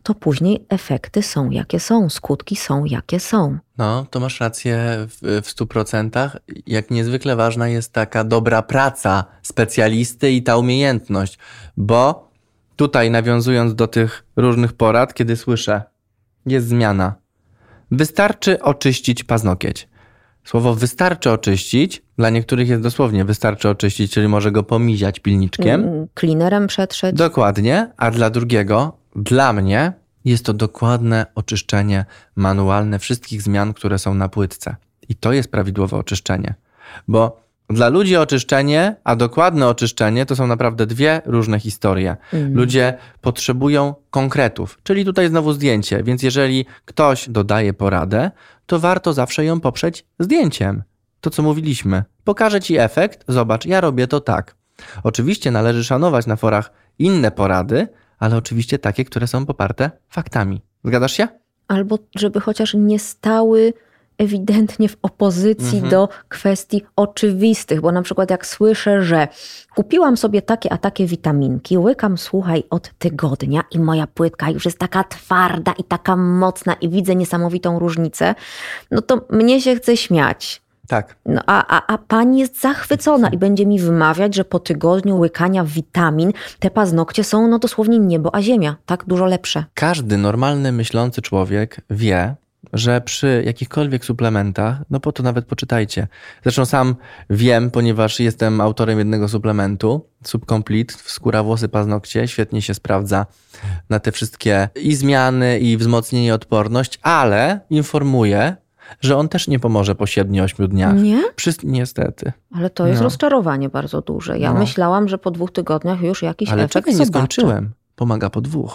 to później efekty są jakie są, skutki są jakie są. No, to masz rację w 100%. Jak niezwykle ważna jest taka dobra praca specjalisty i ta umiejętność, bo tutaj nawiązując do tych różnych porad, kiedy słyszę, jest zmiana. Wystarczy oczyścić paznokieć. Słowo wystarczy oczyścić, dla niektórych jest dosłownie wystarczy oczyścić, czyli może go pomiziać pilniczkiem. Cleanerem przetrzeć. Dokładnie, a dla drugiego, dla mnie jest to dokładne oczyszczenie manualne wszystkich zmian, które są na płytce. I to jest prawidłowe oczyszczenie, bo dla ludzi oczyszczenie, a dokładne oczyszczenie to są naprawdę dwie różne historie. Ludzie potrzebują konkretów, czyli tutaj znowu zdjęcie, więc jeżeli ktoś dodaje poradę, to warto zawsze ją poprzeć zdjęciem. To, co mówiliśmy. Pokażę ci efekt, zobacz, ja robię to tak. Oczywiście należy szanować na forach inne porady, ale oczywiście takie, które są poparte faktami. Zgadzasz się? Albo żeby chociaż nie stały ewidentnie w opozycji do kwestii oczywistych, bo na przykład jak słyszę, że kupiłam sobie takie a takie witaminki, łykam, słuchaj, od tygodnia i moja płytka już jest taka twarda i taka mocna i widzę niesamowitą różnicę, no to mnie się chce śmiać. Tak. No, a pani jest zachwycona i będzie mi wymawiać, że po tygodniu łykania witamin te paznokcie są no dosłownie niebo a ziemia, tak dużo lepsze. Każdy normalny, myślący człowiek wie, że przy jakichkolwiek suplementach, no po to nawet poczytajcie. Zresztą sam wiem, ponieważ jestem autorem jednego suplementu, Subcomplete, skóra, włosy, paznokcie, świetnie się sprawdza na te wszystkie i zmiany, i wzmocnienie, odporność, ale informuję, że on też nie pomoże po 7-8 dniach. Nie? Niestety. Ale to jest rozczarowanie bardzo duże. Ja myślałam, że po 2 tygodniach już jakiś ale efekt czekaj, nie zobaczę. skończyłem. Pomaga po 2.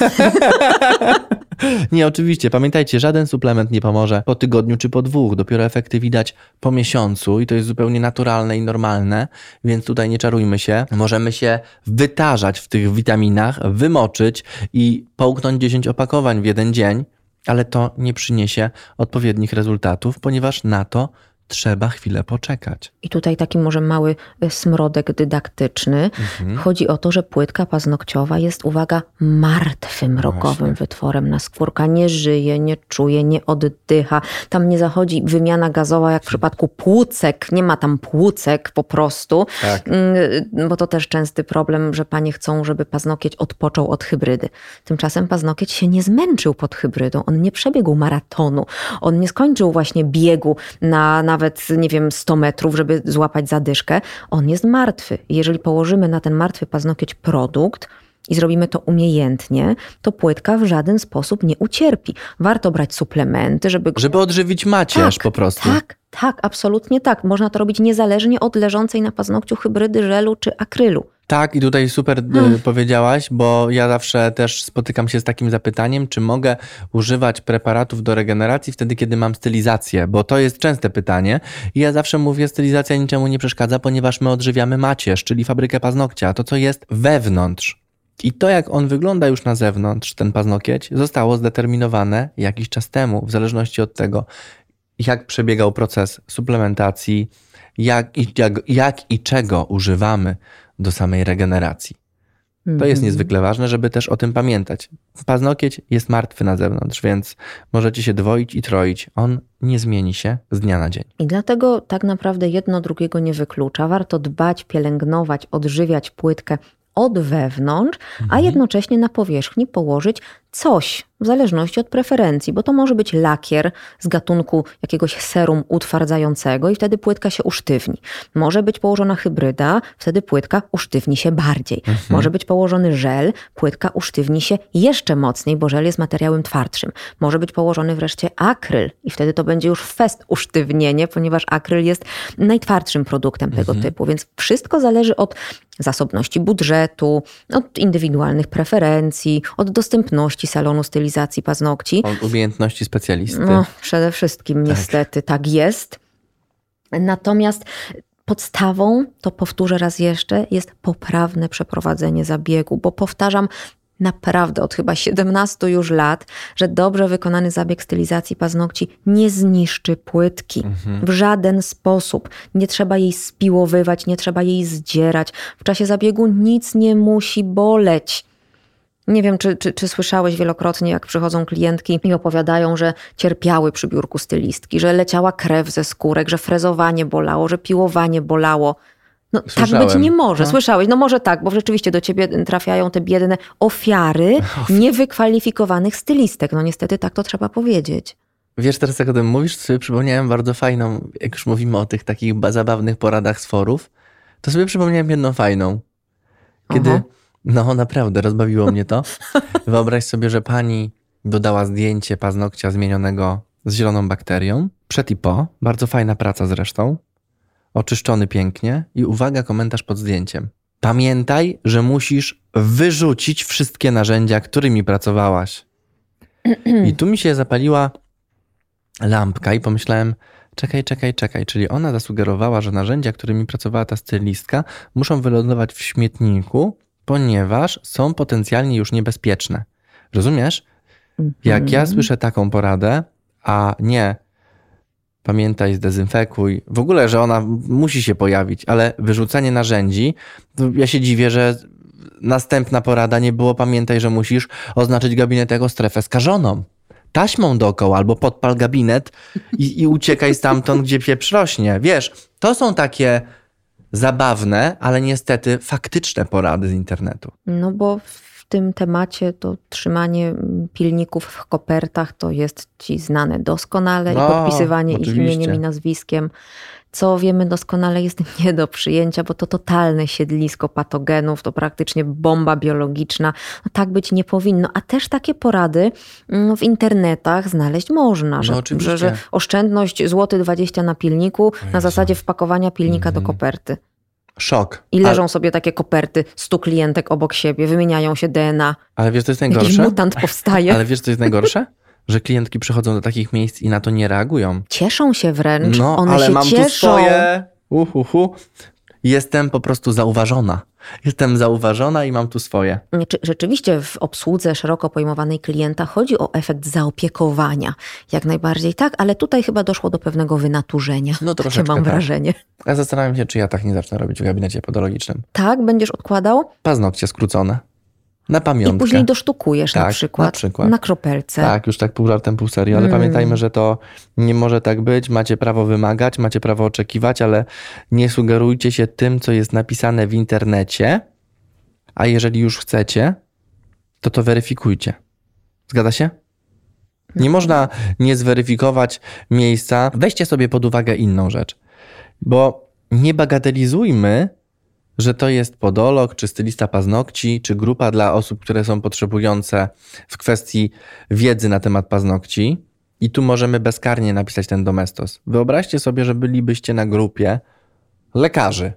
Nie, oczywiście. Pamiętajcie, żaden suplement nie pomoże po tygodniu czy po 2. Dopiero efekty widać po miesiącu i to jest zupełnie naturalne i normalne, więc tutaj nie czarujmy się. Możemy się wytarzać w tych witaminach, wymoczyć i połknąć 10 opakowań w jeden dzień, ale to nie przyniesie odpowiednich rezultatów, ponieważ na to trzeba chwilę poczekać. I tutaj taki może mały smrodek dydaktyczny. Chodzi o to, że płytka paznokciowa jest, uwaga, martwym rogowym wytworem. Naskórka nie żyje, nie czuje, nie oddycha. Tam nie zachodzi wymiana gazowa jak w przypadku płucek. Nie ma tam płucek po prostu. Tak. Bo to też częsty problem, że panie chcą, żeby paznokieć odpoczął od hybrydy. Tymczasem paznokieć się nie zmęczył pod hybrydą. On nie przebiegł maratonu. On nie skończył właśnie biegu na nawet, nie wiem, 100 metrów, żeby złapać zadyszkę. On jest martwy. Jeżeli położymy na ten martwy paznokieć produkt i zrobimy to umiejętnie, to płytka w żaden sposób nie ucierpi. Warto brać suplementy, żeby odżywić macierz po prostu. Tak, absolutnie tak. Można to robić niezależnie od leżącej na paznokciu hybrydy, żelu czy akrylu. Tak, i tutaj super powiedziałaś, bo ja zawsze też spotykam się z takim zapytaniem, czy mogę używać preparatów do regeneracji wtedy, kiedy mam stylizację, bo to jest częste pytanie i ja zawsze mówię, stylizacja niczemu nie przeszkadza, ponieważ my odżywiamy macierz, czyli fabrykę paznokcia, to co jest wewnątrz. I to, jak on wygląda już na zewnątrz, ten paznokieć, zostało zdeterminowane jakiś czas temu, w zależności od tego, jak przebiegał proces suplementacji, jak i czego używamy do samej regeneracji. To jest niezwykle ważne, żeby też o tym pamiętać. Paznokieć jest martwy na zewnątrz, więc możecie się dwoić i troić. On nie zmieni się z dnia na dzień. I dlatego tak naprawdę jedno drugiego nie wyklucza. Warto dbać, pielęgnować, odżywiać płytkę od wewnątrz, a jednocześnie na powierzchni położyć coś, w zależności od preferencji, bo to może być lakier z gatunku jakiegoś serum utwardzającego i wtedy płytka się usztywni. Może być położona hybryda, wtedy płytka usztywni się bardziej. Może być położony żel, płytka usztywni się jeszcze mocniej, bo żel jest materiałem twardszym. Może być położony wreszcie akryl i wtedy to będzie już fest usztywnienie, ponieważ akryl jest najtwardszym produktem tego typu, więc wszystko zależy od zasobności budżetu, od indywidualnych preferencji, od dostępności salonu stylizacji paznokci. Od umiejętności specjalisty. No, przede wszystkim niestety tak jest. Natomiast podstawą, to powtórzę raz jeszcze, jest poprawne przeprowadzenie zabiegu, bo powtarzam naprawdę od chyba 17 już lat, że dobrze wykonany zabieg stylizacji paznokci nie zniszczy płytki w żaden sposób. Nie trzeba jej spiłowywać, nie trzeba jej zdzierać. W czasie zabiegu nic nie musi boleć. Nie wiem, czy słyszałeś wielokrotnie, jak przychodzą klientki i opowiadają, że cierpiały przy biurku stylistki, że leciała krew ze skórek, że frezowanie bolało, że piłowanie bolało. No, tak być nie może. No. Słyszałeś? No może tak, bo rzeczywiście do ciebie trafiają te biedne ofiary niewykwalifikowanych stylistek. No niestety tak to trzeba powiedzieć. Wiesz, teraz jak o tym mówisz, sobie przypomniałem bardzo fajną, jak już mówimy o tych takich zabawnych poradach z forów, to sobie przypomniałem jedną fajną. Kiedy, no naprawdę, rozbawiło mnie to. Wyobraź sobie, że pani dodała zdjęcie paznokcia zmienionego z zieloną bakterią. Przed i po. Bardzo fajna praca zresztą. Oczyszczony pięknie i uwaga, komentarz pod zdjęciem. Pamiętaj, że musisz wyrzucić wszystkie narzędzia, którymi pracowałaś. I tu mi się zapaliła lampka i pomyślałem, czekaj, czyli ona zasugerowała, że narzędzia, którymi pracowała ta stylistka, muszą wylądować w śmietniku, ponieważ są potencjalnie już niebezpieczne. Rozumiesz? Jak ja słyszę taką poradę, a nie pamiętaj, zdezynfekuj, w ogóle, że ona musi się pojawić, ale wyrzucanie narzędzi, to ja się dziwię, że następna porada nie było pamiętaj, że musisz oznaczyć gabinet jako strefę skażoną. Taśmą dookoła albo podpal gabinet i uciekaj stamtąd, gdzie pieprz rośnie. Wiesz, to są takie zabawne, ale niestety faktyczne porady z internetu. No bo w tym temacie to trzymanie pilników w kopertach to jest ci znane doskonale i podpisywanie ich imieniem i nazwiskiem. Co wiemy doskonale jest nie do przyjęcia, bo to totalne siedlisko patogenów, to praktycznie bomba biologiczna. No, tak być nie powinno. A też takie porady w internetach znaleźć można, że oszczędność złoty 20 na pilniku na zasadzie wpakowania pilnika do koperty. Szok. I leżą sobie takie koperty 100 klientek obok siebie, wymieniają się DNA. Ale wiesz, co jest najgorsze? Jakiś mutant powstaje. Ale wiesz, co jest najgorsze? Że klientki przychodzą do takich miejsc i na to nie reagują. Cieszą się wręcz. No, one ale się mam cieszą. Tu swoje. Jestem po prostu zauważona. Jestem zauważona i mam tu swoje. Rzeczywiście w obsłudze szeroko pojmowanej klienta chodzi o efekt zaopiekowania. Jak najbardziej tak, ale tutaj chyba doszło do pewnego wynaturzenia. No troszeczkę takie mam wrażenie. Ja zastanawiam się, czy ja tak nie zacznę robić w gabinecie podologicznym. Tak? Będziesz odkładał? Paznokcie skrócone. Na pamiątkę. I później dosztukujesz tak, na przykład na kropelce. Tak, już tak pół żartem, pół serio, ale pamiętajmy, że to nie może tak być. Macie prawo wymagać, macie prawo oczekiwać, ale nie sugerujcie się tym, co jest napisane w internecie, a jeżeli już chcecie, to weryfikujcie. Zgadza się? Nie można nie zweryfikować miejsca. Weźcie sobie pod uwagę inną rzecz, bo nie bagatelizujmy, że to jest podolog, czy stylista paznokci, czy grupa dla osób, które są potrzebujące w kwestii wiedzy na temat paznokci. I tu możemy bezkarnie napisać ten domestos. Wyobraźcie sobie, że bylibyście na grupie lekarzy,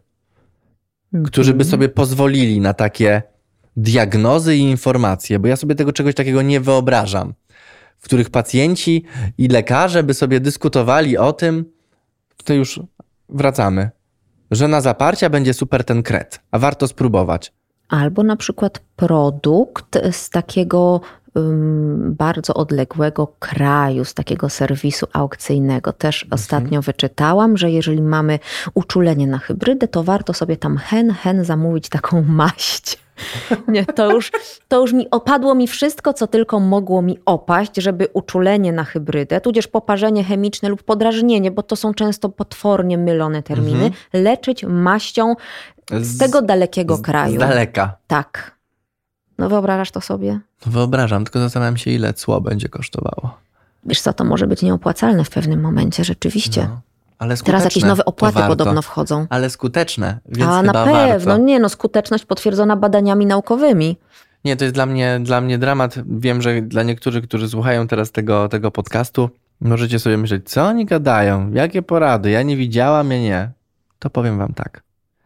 którzy by sobie pozwolili na takie diagnozy i informacje, bo ja sobie tego czegoś takiego nie wyobrażam, w których pacjenci i lekarze by sobie dyskutowali o tym, to już wracamy, że na zaparcia będzie super ten kret, a warto spróbować. Albo na przykład produkt z takiego bardzo odległego kraju, z takiego serwisu aukcyjnego. Też ostatnio wyczytałam, że jeżeli mamy uczulenie na hybrydę, to warto sobie tam hen zamówić taką maść. Nie, to już opadło mi wszystko, co tylko mogło mi opaść, żeby uczulenie na hybrydę, tudzież poparzenie chemiczne lub podrażnienie, bo to są często potwornie mylone terminy, leczyć maścią z tego dalekiego kraju. Z daleka. Tak. No wyobrażasz to sobie? No wyobrażam, tylko zastanawiam się, ile cło będzie kosztowało. Wiesz co, to może być nieopłacalne w pewnym momencie, rzeczywiście. No. Ale skuteczne. Teraz jakieś nowe opłaty podobno wchodzą. Ale skuteczne, więc a chyba na pewno, warto. nie no, skuteczność potwierdzona badaniami naukowymi. Nie, to jest dla mnie dramat. Wiem, że dla niektórych, którzy słuchają teraz tego podcastu, możecie sobie myśleć, co oni gadają, jakie porady, ja nie widziałam, ja nie. To powiem wam tak.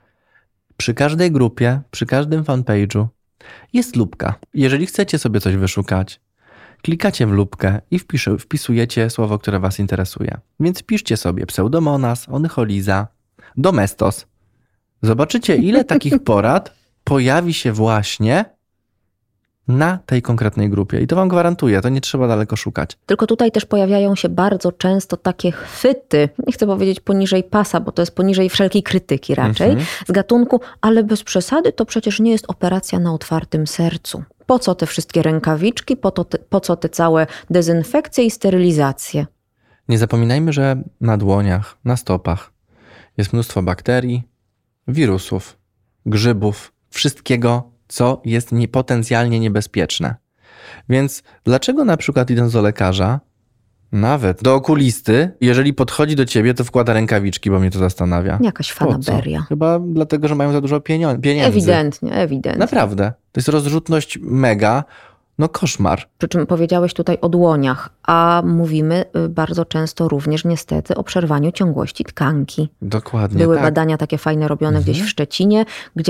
Przy każdej grupie, przy każdym fanpage'u jest lupka. Jeżeli chcecie sobie coś wyszukać, klikacie w lupkę i wpisujecie słowo, które was interesuje. Więc piszcie sobie pseudomonas, onycholiza, domestos. Zobaczycie, ile takich porad pojawi się właśnie na tej konkretnej grupie. I to wam gwarantuję, to nie trzeba daleko szukać. Tylko tutaj też pojawiają się bardzo często takie chwyty, nie chcę powiedzieć poniżej pasa, bo to jest poniżej wszelkiej krytyki raczej, z gatunku, ale bez przesady to przecież nie jest operacja na otwartym sercu. Po co te wszystkie rękawiczki, po co te całe dezynfekcje i sterylizacje? Nie zapominajmy, że na dłoniach, na stopach jest mnóstwo bakterii, wirusów, grzybów, wszystkiego, co jest potencjalnie niebezpieczne. Więc dlaczego na przykład idąc do lekarza, nawet do okulisty, jeżeli podchodzi do ciebie, to wkłada rękawiczki, bo mnie to zastanawia. Jakaś fanaberia. Chyba dlatego, że mają za dużo pieniędzy. Ewidentnie. Naprawdę. To jest rozrzutność mega. No koszmar. Przy czym powiedziałeś tutaj o dłoniach, a mówimy bardzo często również niestety o przerwaniu ciągłości tkanki. Dokładnie. Były tak. badania takie fajne robione gdzieś w Szczecinie, gdzie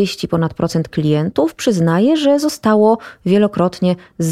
40% klientów przyznaje, że zostało wielokrotnie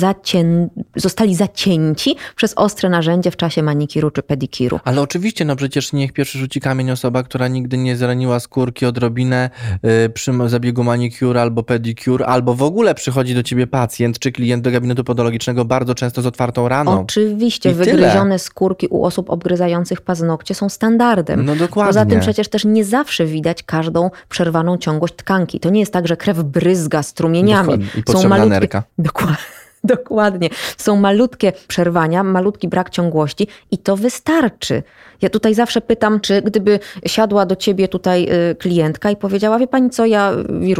zostali zacięci przez ostre narzędzie w czasie manikiru czy pedikiru. Ale oczywiście, no przecież niech pierwszy rzuci kamień osoba, która nigdy nie zraniła skórki odrobinę przy zabiegu manicure albo pedicure, albo w ogóle przychodzi do ciebie pacjent czy klient do gabinetu podologicznego bardzo często z otwartą raną. Oczywiście, wygryzione skórki u osób obgryzających paznokcie są standardem. No dokładnie. Poza tym przecież też nie zawsze widać każdą przerwaną ciągłość tkanki. To nie jest tak, że krew bryzga strumieniami. Dokładnie. I potrzebna nerka. Dokładnie. Są malutkie przerwania, malutki brak ciągłości i to wystarczy. Ja tutaj zawsze pytam, czy gdyby siadła do ciebie tutaj klientka i powiedziała, wie pani co, ja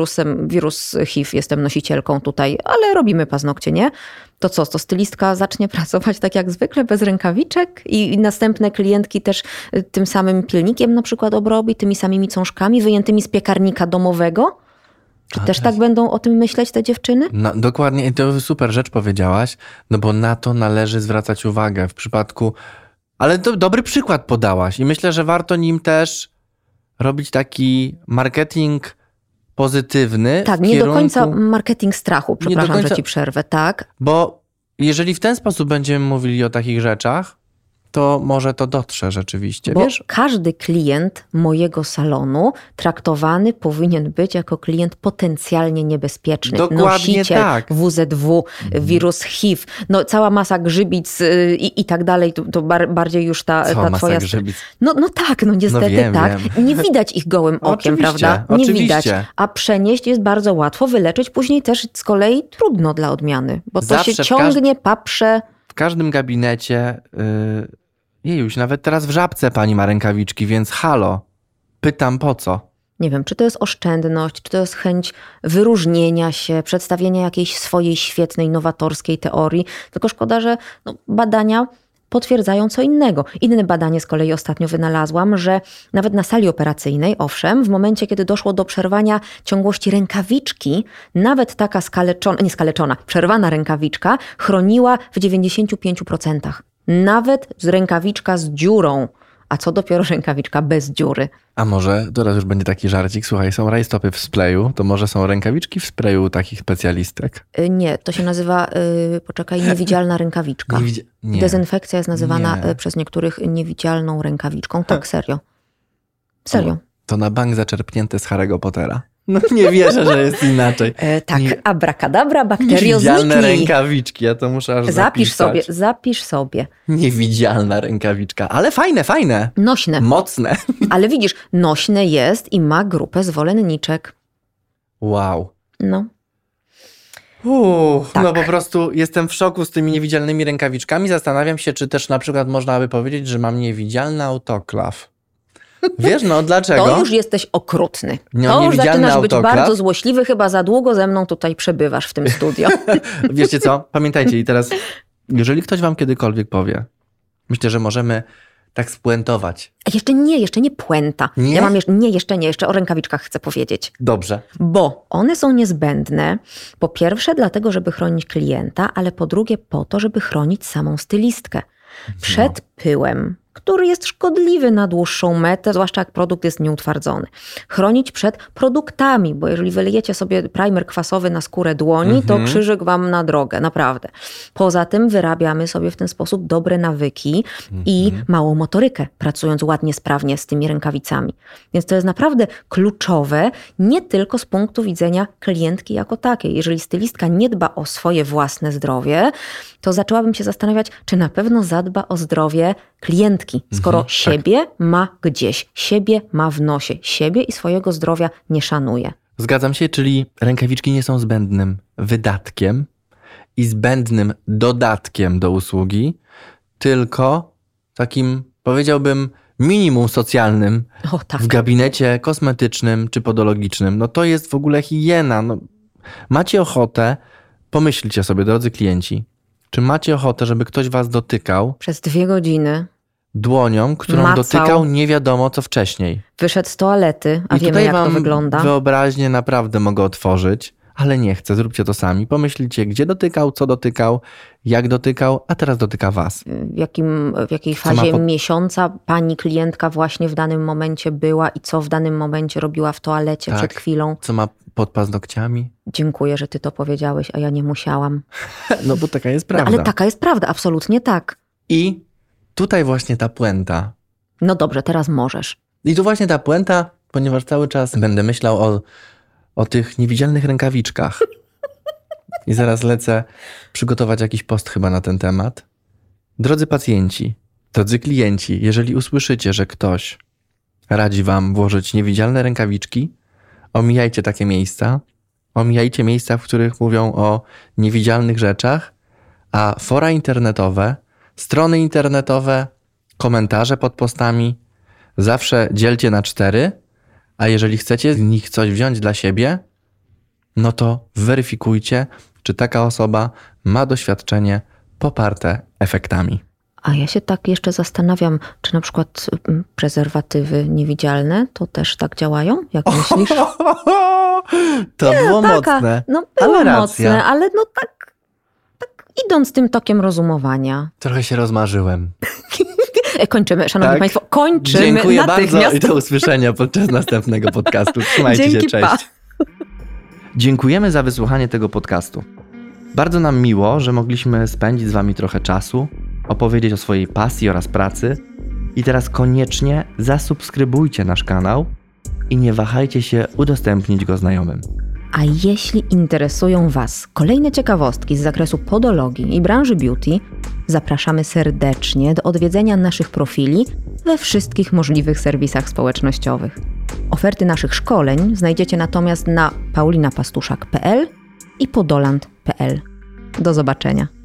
wirus HIV, jestem nosicielką tutaj, ale robimy paznokcie, nie? To co, to stylistka zacznie pracować tak jak zwykle, bez rękawiczek i następne klientki też tym samym pilnikiem na przykład obrobi, tymi samymi cążkami wyjętymi z piekarnika domowego? Czy też tak będą o tym myśleć te dziewczyny? No, dokładnie, i to super rzecz powiedziałaś, no bo na to należy zwracać uwagę w przypadku, ale dobry przykład podałaś i myślę, że warto nim też robić taki marketing pozytywny. Tak, nie do końca marketing strachu, przepraszam, że ci przerwę, tak. Bo jeżeli w ten sposób będziemy mówili o takich rzeczach, to może to dotrze rzeczywiście. Bo wiesz? Każdy klient mojego salonu traktowany powinien być jako klient potencjalnie niebezpieczny. Dokładnie nosiciel tak. WZW, wirus HIV, no cała masa grzybic i tak dalej. To bardziej już ta twoja... grzybic. No tak, no niestety wiem, tak. wiem. Nie widać ich gołym okiem, prawda? Nie widać. A przenieść jest bardzo łatwo, wyleczyć później też z kolei trudno dla odmiany. Bo to Zawsze się ciągnie, paprze. W każdym gabinecie... Jejuś, nawet teraz w Żabce pani ma rękawiczki, więc halo, pytam po co? Nie wiem, czy to jest oszczędność, czy to jest chęć wyróżnienia się, przedstawienia jakiejś swojej świetnej, nowatorskiej teorii. Tylko szkoda, że badania potwierdzają co innego. Inne badanie z kolei ostatnio wynalazłam, że nawet na sali operacyjnej, owszem, w momencie, kiedy doszło do przerwania ciągłości rękawiczki, nawet taka przerwana rękawiczka chroniła w 95%. Nawet rękawiczka z dziurą, a co dopiero rękawiczka bez dziury. A może teraz już będzie taki żarcik, słuchaj, są rajstopy w sprayu, to może są rękawiczki w sprayu takich specjalistek? Nie, to się nazywa, niewidzialna rękawiczka. Nie. Dezynfekcja jest nazywana przez niektórych niewidzialną rękawiczką. Tak, serio. Serio. To na bank zaczerpnięte z Harry'ego Pottera. No nie wierzę, że jest inaczej. Tak, abracadabra, bakterio, Niewidzialne zniknij. rękawiczki, ja to muszę aż zapisać. Zapisz sobie. Niewidzialna rękawiczka, ale fajne. Nośne. Mocne. Ale widzisz, nośne jest i ma grupę zwolenniczek. Wow. No. Tak. Tak. No po prostu jestem w szoku z tymi niewidzialnymi rękawiczkami. Zastanawiam się, czy też na przykład można by powiedzieć, że mam niewidzialny autoklaw. Wiesz, no dlaczego? To już jesteś okrutny. Nie, To już zaczynasz być autoklaw. bardzo złośliwy, chyba za długo ze mną tutaj przebywasz w tym studio. Wiecie co? Pamiętajcie i teraz, jeżeli ktoś wam kiedykolwiek powie, myślę, że możemy tak spuentować. Jeszcze nie puenta. Nie? Ja mam jeszcze o rękawiczkach chcę powiedzieć. Dobrze. Bo one są niezbędne, po pierwsze dlatego, żeby chronić klienta, ale po drugie po to, żeby chronić samą stylistkę. Przed pyłem, który jest szkodliwy na dłuższą metę, zwłaszcza jak produkt jest nieutwardzony. Chronić przed produktami, bo jeżeli wylejecie sobie primer kwasowy na skórę dłoni, to krzyżyk wam na drogę, naprawdę. Poza tym wyrabiamy sobie w ten sposób dobre nawyki i małą motorykę, pracując ładnie, sprawnie z tymi rękawicami. Więc to jest naprawdę kluczowe, nie tylko z punktu widzenia klientki jako takiej. Jeżeli stylistka nie dba o swoje własne zdrowie, to zaczęłabym się zastanawiać, czy na pewno zadba o zdrowie klientki, skoro siebie ma gdzieś, siebie ma w nosie, siebie i swojego zdrowia nie szanuje. Zgadzam się, czyli rękawiczki nie są zbędnym wydatkiem i zbędnym dodatkiem do usługi, tylko takim, powiedziałbym, minimum socjalnym w gabinecie kosmetycznym czy podologicznym. No to jest w ogóle higiena. No, macie ochotę, pomyślcie sobie, drodzy klienci, czy macie ochotę, żeby ktoś was dotykał przez 2 godziny dłonią, którą dotykał nie wiadomo co wcześniej. Wyszedł z toalety, a wiemy jak to wygląda. Wyobraźnię naprawdę mogę otworzyć, ale nie chcę, zróbcie to sami. Pomyślcie, gdzie dotykał, co dotykał, jak dotykał, a teraz dotyka was. W jakiej fazie miesiąca pani klientka właśnie w danym momencie była i co w danym momencie robiła w toalecie przed chwilą. Co ma pod paznokciami? Dziękuję, że ty to powiedziałeś, a ja nie musiałam. No bo taka jest prawda. No, ale taka jest prawda, absolutnie tak. I tutaj właśnie ta puenta. No dobrze, teraz możesz. I tu właśnie ta puenta, ponieważ cały czas będę myślał o tych niewidzialnych rękawiczkach. I zaraz lecę przygotować jakiś post chyba na ten temat. Drodzy pacjenci, drodzy klienci, jeżeli usłyszycie, że ktoś radzi wam włożyć niewidzialne rękawiczki, omijajcie takie miejsca. Omijajcie miejsca, w których mówią o niewidzialnych rzeczach, a fora internetowe, strony internetowe, komentarze pod postami zawsze dzielcie na 4, a jeżeli chcecie z nich coś wziąć dla siebie, no to weryfikujcie, czy taka osoba ma doświadczenie poparte efektami. A ja się tak jeszcze zastanawiam, czy na przykład prezerwatywy niewidzialne to też tak działają? Jak myślisz? To było mocne. No było mocne, ale no tak idąc tym tokiem rozumowania. Trochę się rozmarzyłem. Kończymy, szanowni państwo, kończymy Dziękuję natychmiast. bardzo i do usłyszenia podczas następnego podcastu. Trzymajcie się, cześć. Pa. Dziękujemy za wysłuchanie tego podcastu. Bardzo nam miło, że mogliśmy spędzić z wami trochę czasu, opowiedzieć o swojej pasji oraz pracy. I teraz koniecznie zasubskrybujcie nasz kanał i nie wahajcie się udostępnić go znajomym. A jeśli interesują was kolejne ciekawostki z zakresu podologii i branży beauty, zapraszamy serdecznie do odwiedzenia naszych profili we wszystkich możliwych serwisach społecznościowych. Oferty naszych szkoleń znajdziecie natomiast na paulinapastuszak.pl i podoland.pl. Do zobaczenia.